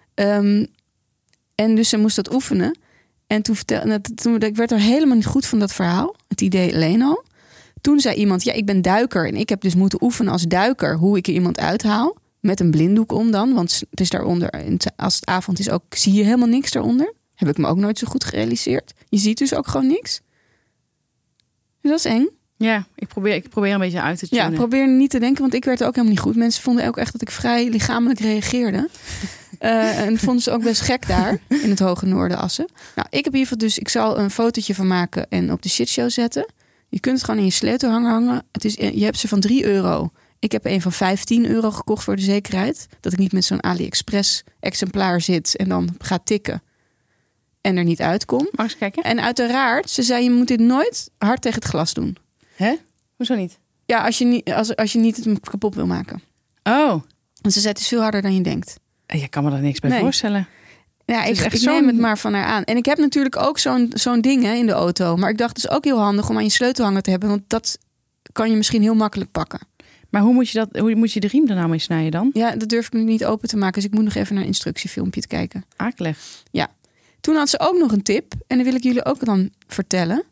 En dus ze moest dat oefenen. En toen ik werd er helemaal niet goed van dat verhaal. Het idee alleen al. Toen zei iemand, ik ben duiker. En ik heb dus moeten oefenen als duiker hoe ik er iemand uithaal. Met een blinddoek om dan. Want het is daaronder, als het avond is ook, zie je helemaal niks daaronder. Heb ik me ook nooit zo goed gerealiseerd. Je ziet dus ook gewoon niks. Dus dat is eng. Ja, ik probeer een beetje uit te tunen. Ja, probeer niet te denken, want ik werd er ook helemaal niet goed. Mensen vonden ook echt dat ik vrij lichamelijk reageerde. En vonden ze ook best gek daar in het Hoge Noorden Assen. Nou, ik heb in ieder geval dus, ik zal een fotootje van maken en op de shitshow zetten. Je kunt het gewoon in je sleutelhanger hangen. Je hebt ze van €3. Ik heb een van €15 gekocht voor de zekerheid. Dat ik niet met zo'n AliExpress exemplaar zit en dan ga tikken. En er niet uitkom. Mag eens kijken? En uiteraard, ze zei, je moet dit nooit hard tegen het glas doen. Hè? Hoezo niet? Ja, als je niet het kapot wil maken. Oh. Want ze zei, het is veel harder dan je denkt. Je kan me er niks bij voorstellen. Ja, ik neem het maar van haar aan. En ik heb natuurlijk ook zo'n ding in de auto. Maar ik dacht, het is ook heel handig om aan je sleutelhanger te hebben. Want dat kan je misschien heel makkelijk pakken. Maar hoe moet je de riem er nou mee snijden dan? Ja, dat durf ik nu niet open te maken. Dus ik moet nog even naar een instructiefilmpje te kijken. Akelig. Ja. Toen had ze ook nog een tip. En dat wil ik jullie ook dan vertellen.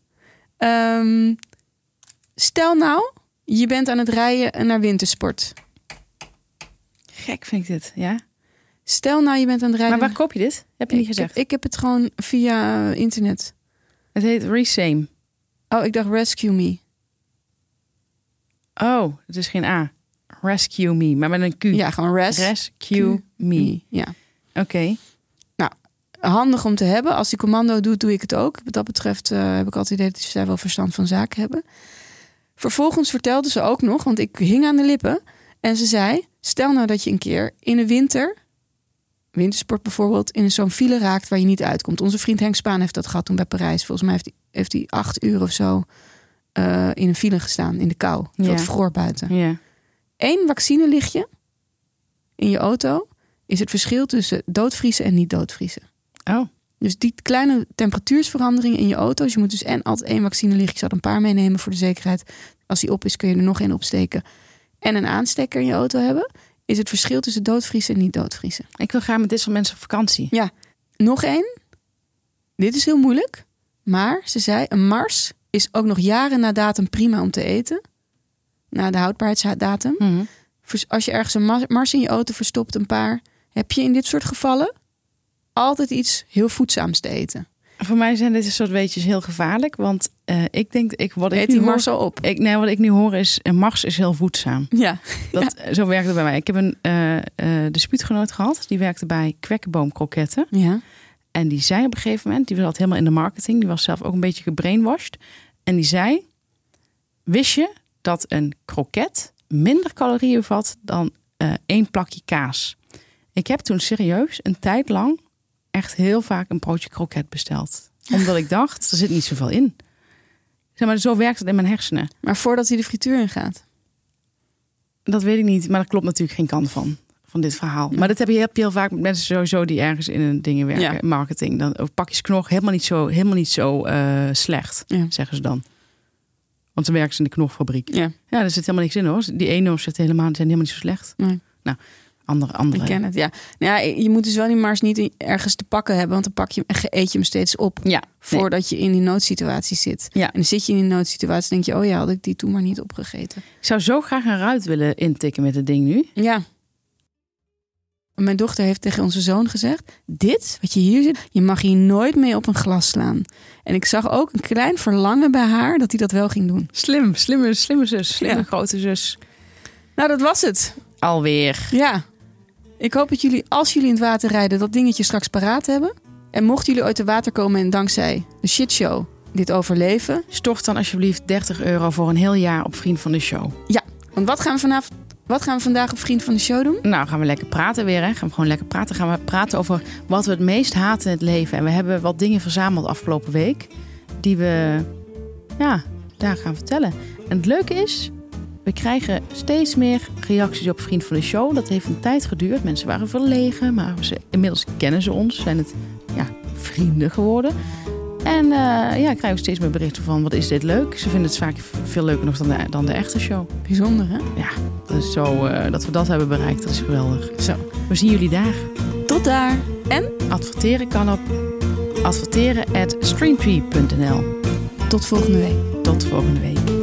Stel nou, je bent aan het rijden naar wintersport. Gek vind ik dit, ja. Stel nou, je bent aan het rijden... Maar waar koop je dit? Heb je niet gezegd? Ik heb het gewoon via internet. Het heet Resame. Oh, ik dacht Rescue Me. Oh, het is geen A. Rescue Me, maar met een Q. Ja, gewoon Rescue Me. Ja. Oké. Nou, handig om te hebben. Als die commando doet, doe ik het ook. Wat dat betreft heb ik altijd idee dat zij wel verstand van zaken hebben. Vervolgens vertelde ze ook nog, want ik hing aan de lippen. En ze zei, stel nou dat je een keer in de wintersport bijvoorbeeld, in zo'n file raakt waar je niet uitkomt. Onze vriend Henk Spaan heeft dat gehad toen bij Parijs. Volgens mij heeft hij 8 uur of zo in een file gestaan in de kou. Het vroor buiten. Ja. 1 vaccinelichtje in je auto is het verschil tussen doodvriezen en niet doodvriezen. Oh. Dus die kleine temperatuursverandering in je auto. Dus je moet dus altijd 1 vaccinelichtje. Ik zal er een paar meenemen voor de zekerheid. Als die op is, kun je er nog 1 opsteken. En een aansteker in je auto hebben. Is het verschil tussen doodvriezen en niet doodvriezen. Ik wil graag met dit soort mensen op vakantie. Ja, nog 1. Dit is heel moeilijk. Maar ze zei, een Mars is ook nog jaren na datum prima om te eten. Na de houdbaarheidsdatum. Mm-hmm. Als je ergens een Mars in je auto verstopt, een paar, heb je in dit soort gevallen altijd iets heel voedzaams te eten. Voor mij zijn dit soort weetjes heel gevaarlijk. Want ik denk... Wat ik nu hoor is... Mars is heel voedzaam. Ja. Zo werkt het bij mij. Ik heb een dispuutgenoot gehad. Die werkte bij Kwekkenboom-kroketten. Ja. En die zei op een gegeven moment... Die zat helemaal in de marketing. Die was zelf ook een beetje gebrainwashed. En die zei... Wist je dat een kroket minder calorieën bevat dan 1 plakje kaas? Ik heb toen serieus een tijd lang echt heel vaak een broodje kroket besteld. Omdat ik dacht, er zit niet zoveel in. Zeg maar, zo werkt het in mijn hersenen. Maar voordat hij de frituur in gaat? Dat weet ik niet, maar daar klopt natuurlijk geen kant van dit verhaal. Ja. Maar dat heb je heel vaak met mensen sowieso die ergens in een dingen werken. Ja. Marketing. Dan pakjes knor helemaal niet zo slecht, zeggen ze dan. Want ze werken in de knoffabriek. Ja, er zit helemaal niks in hoor. Die eno's zijn helemaal niet zo slecht. Nee. Nou, andere. Ik ken het, ja. Nou ja, je moet dus wel die Mars niet ergens te pakken hebben. Want dan eet je hem steeds op. Ja, voordat je in die noodsituatie zit. Ja. En dan zit je in die noodsituatie en denk je... had ik die toen maar niet opgegeten. Ik zou zo graag een ruit willen intikken met het ding nu. Ja. Mijn dochter heeft tegen onze zoon gezegd... Dit, wat je hier ziet, je mag hier nooit mee op een glas slaan. En ik zag ook een klein verlangen bij haar dat hij dat wel ging doen. Slimme zus. Slimme grote zus. Nou, dat was het. Alweer. Ja. Ik hoop dat jullie, als jullie in het water rijden... dat dingetje straks paraat hebben. En mochten jullie uit het water komen en dankzij de shitshow dit overleven... Stort dan alsjeblieft €30 voor een heel jaar op Vriend van de Show. Ja, want wat gaan we vandaag op Vriend van de Show doen? Nou, gaan we lekker praten weer. Hè? Gaan we gewoon lekker praten. Gaan we praten over wat we het meest haten in het leven. En we hebben wat dingen verzameld afgelopen week. Die we, daar gaan vertellen. En het leuke is, we krijgen steeds meer reacties op Vriend van de Show. Dat heeft een tijd geduurd. Mensen waren verlegen. Maar inmiddels kennen ze ons. Zijn het vrienden geworden. En ik krijg ook steeds meer berichten van, wat is dit leuk? Ze vinden het vaak veel leuker nog dan de echte show. Bijzonder, hè? Ja, dat is zo, dat we dat hebben bereikt, dat is geweldig. Zo. We zien jullie daar. Tot daar. En? Adverteren kan op adverteren@streamtree.nl. Tot volgende week. Tot volgende week.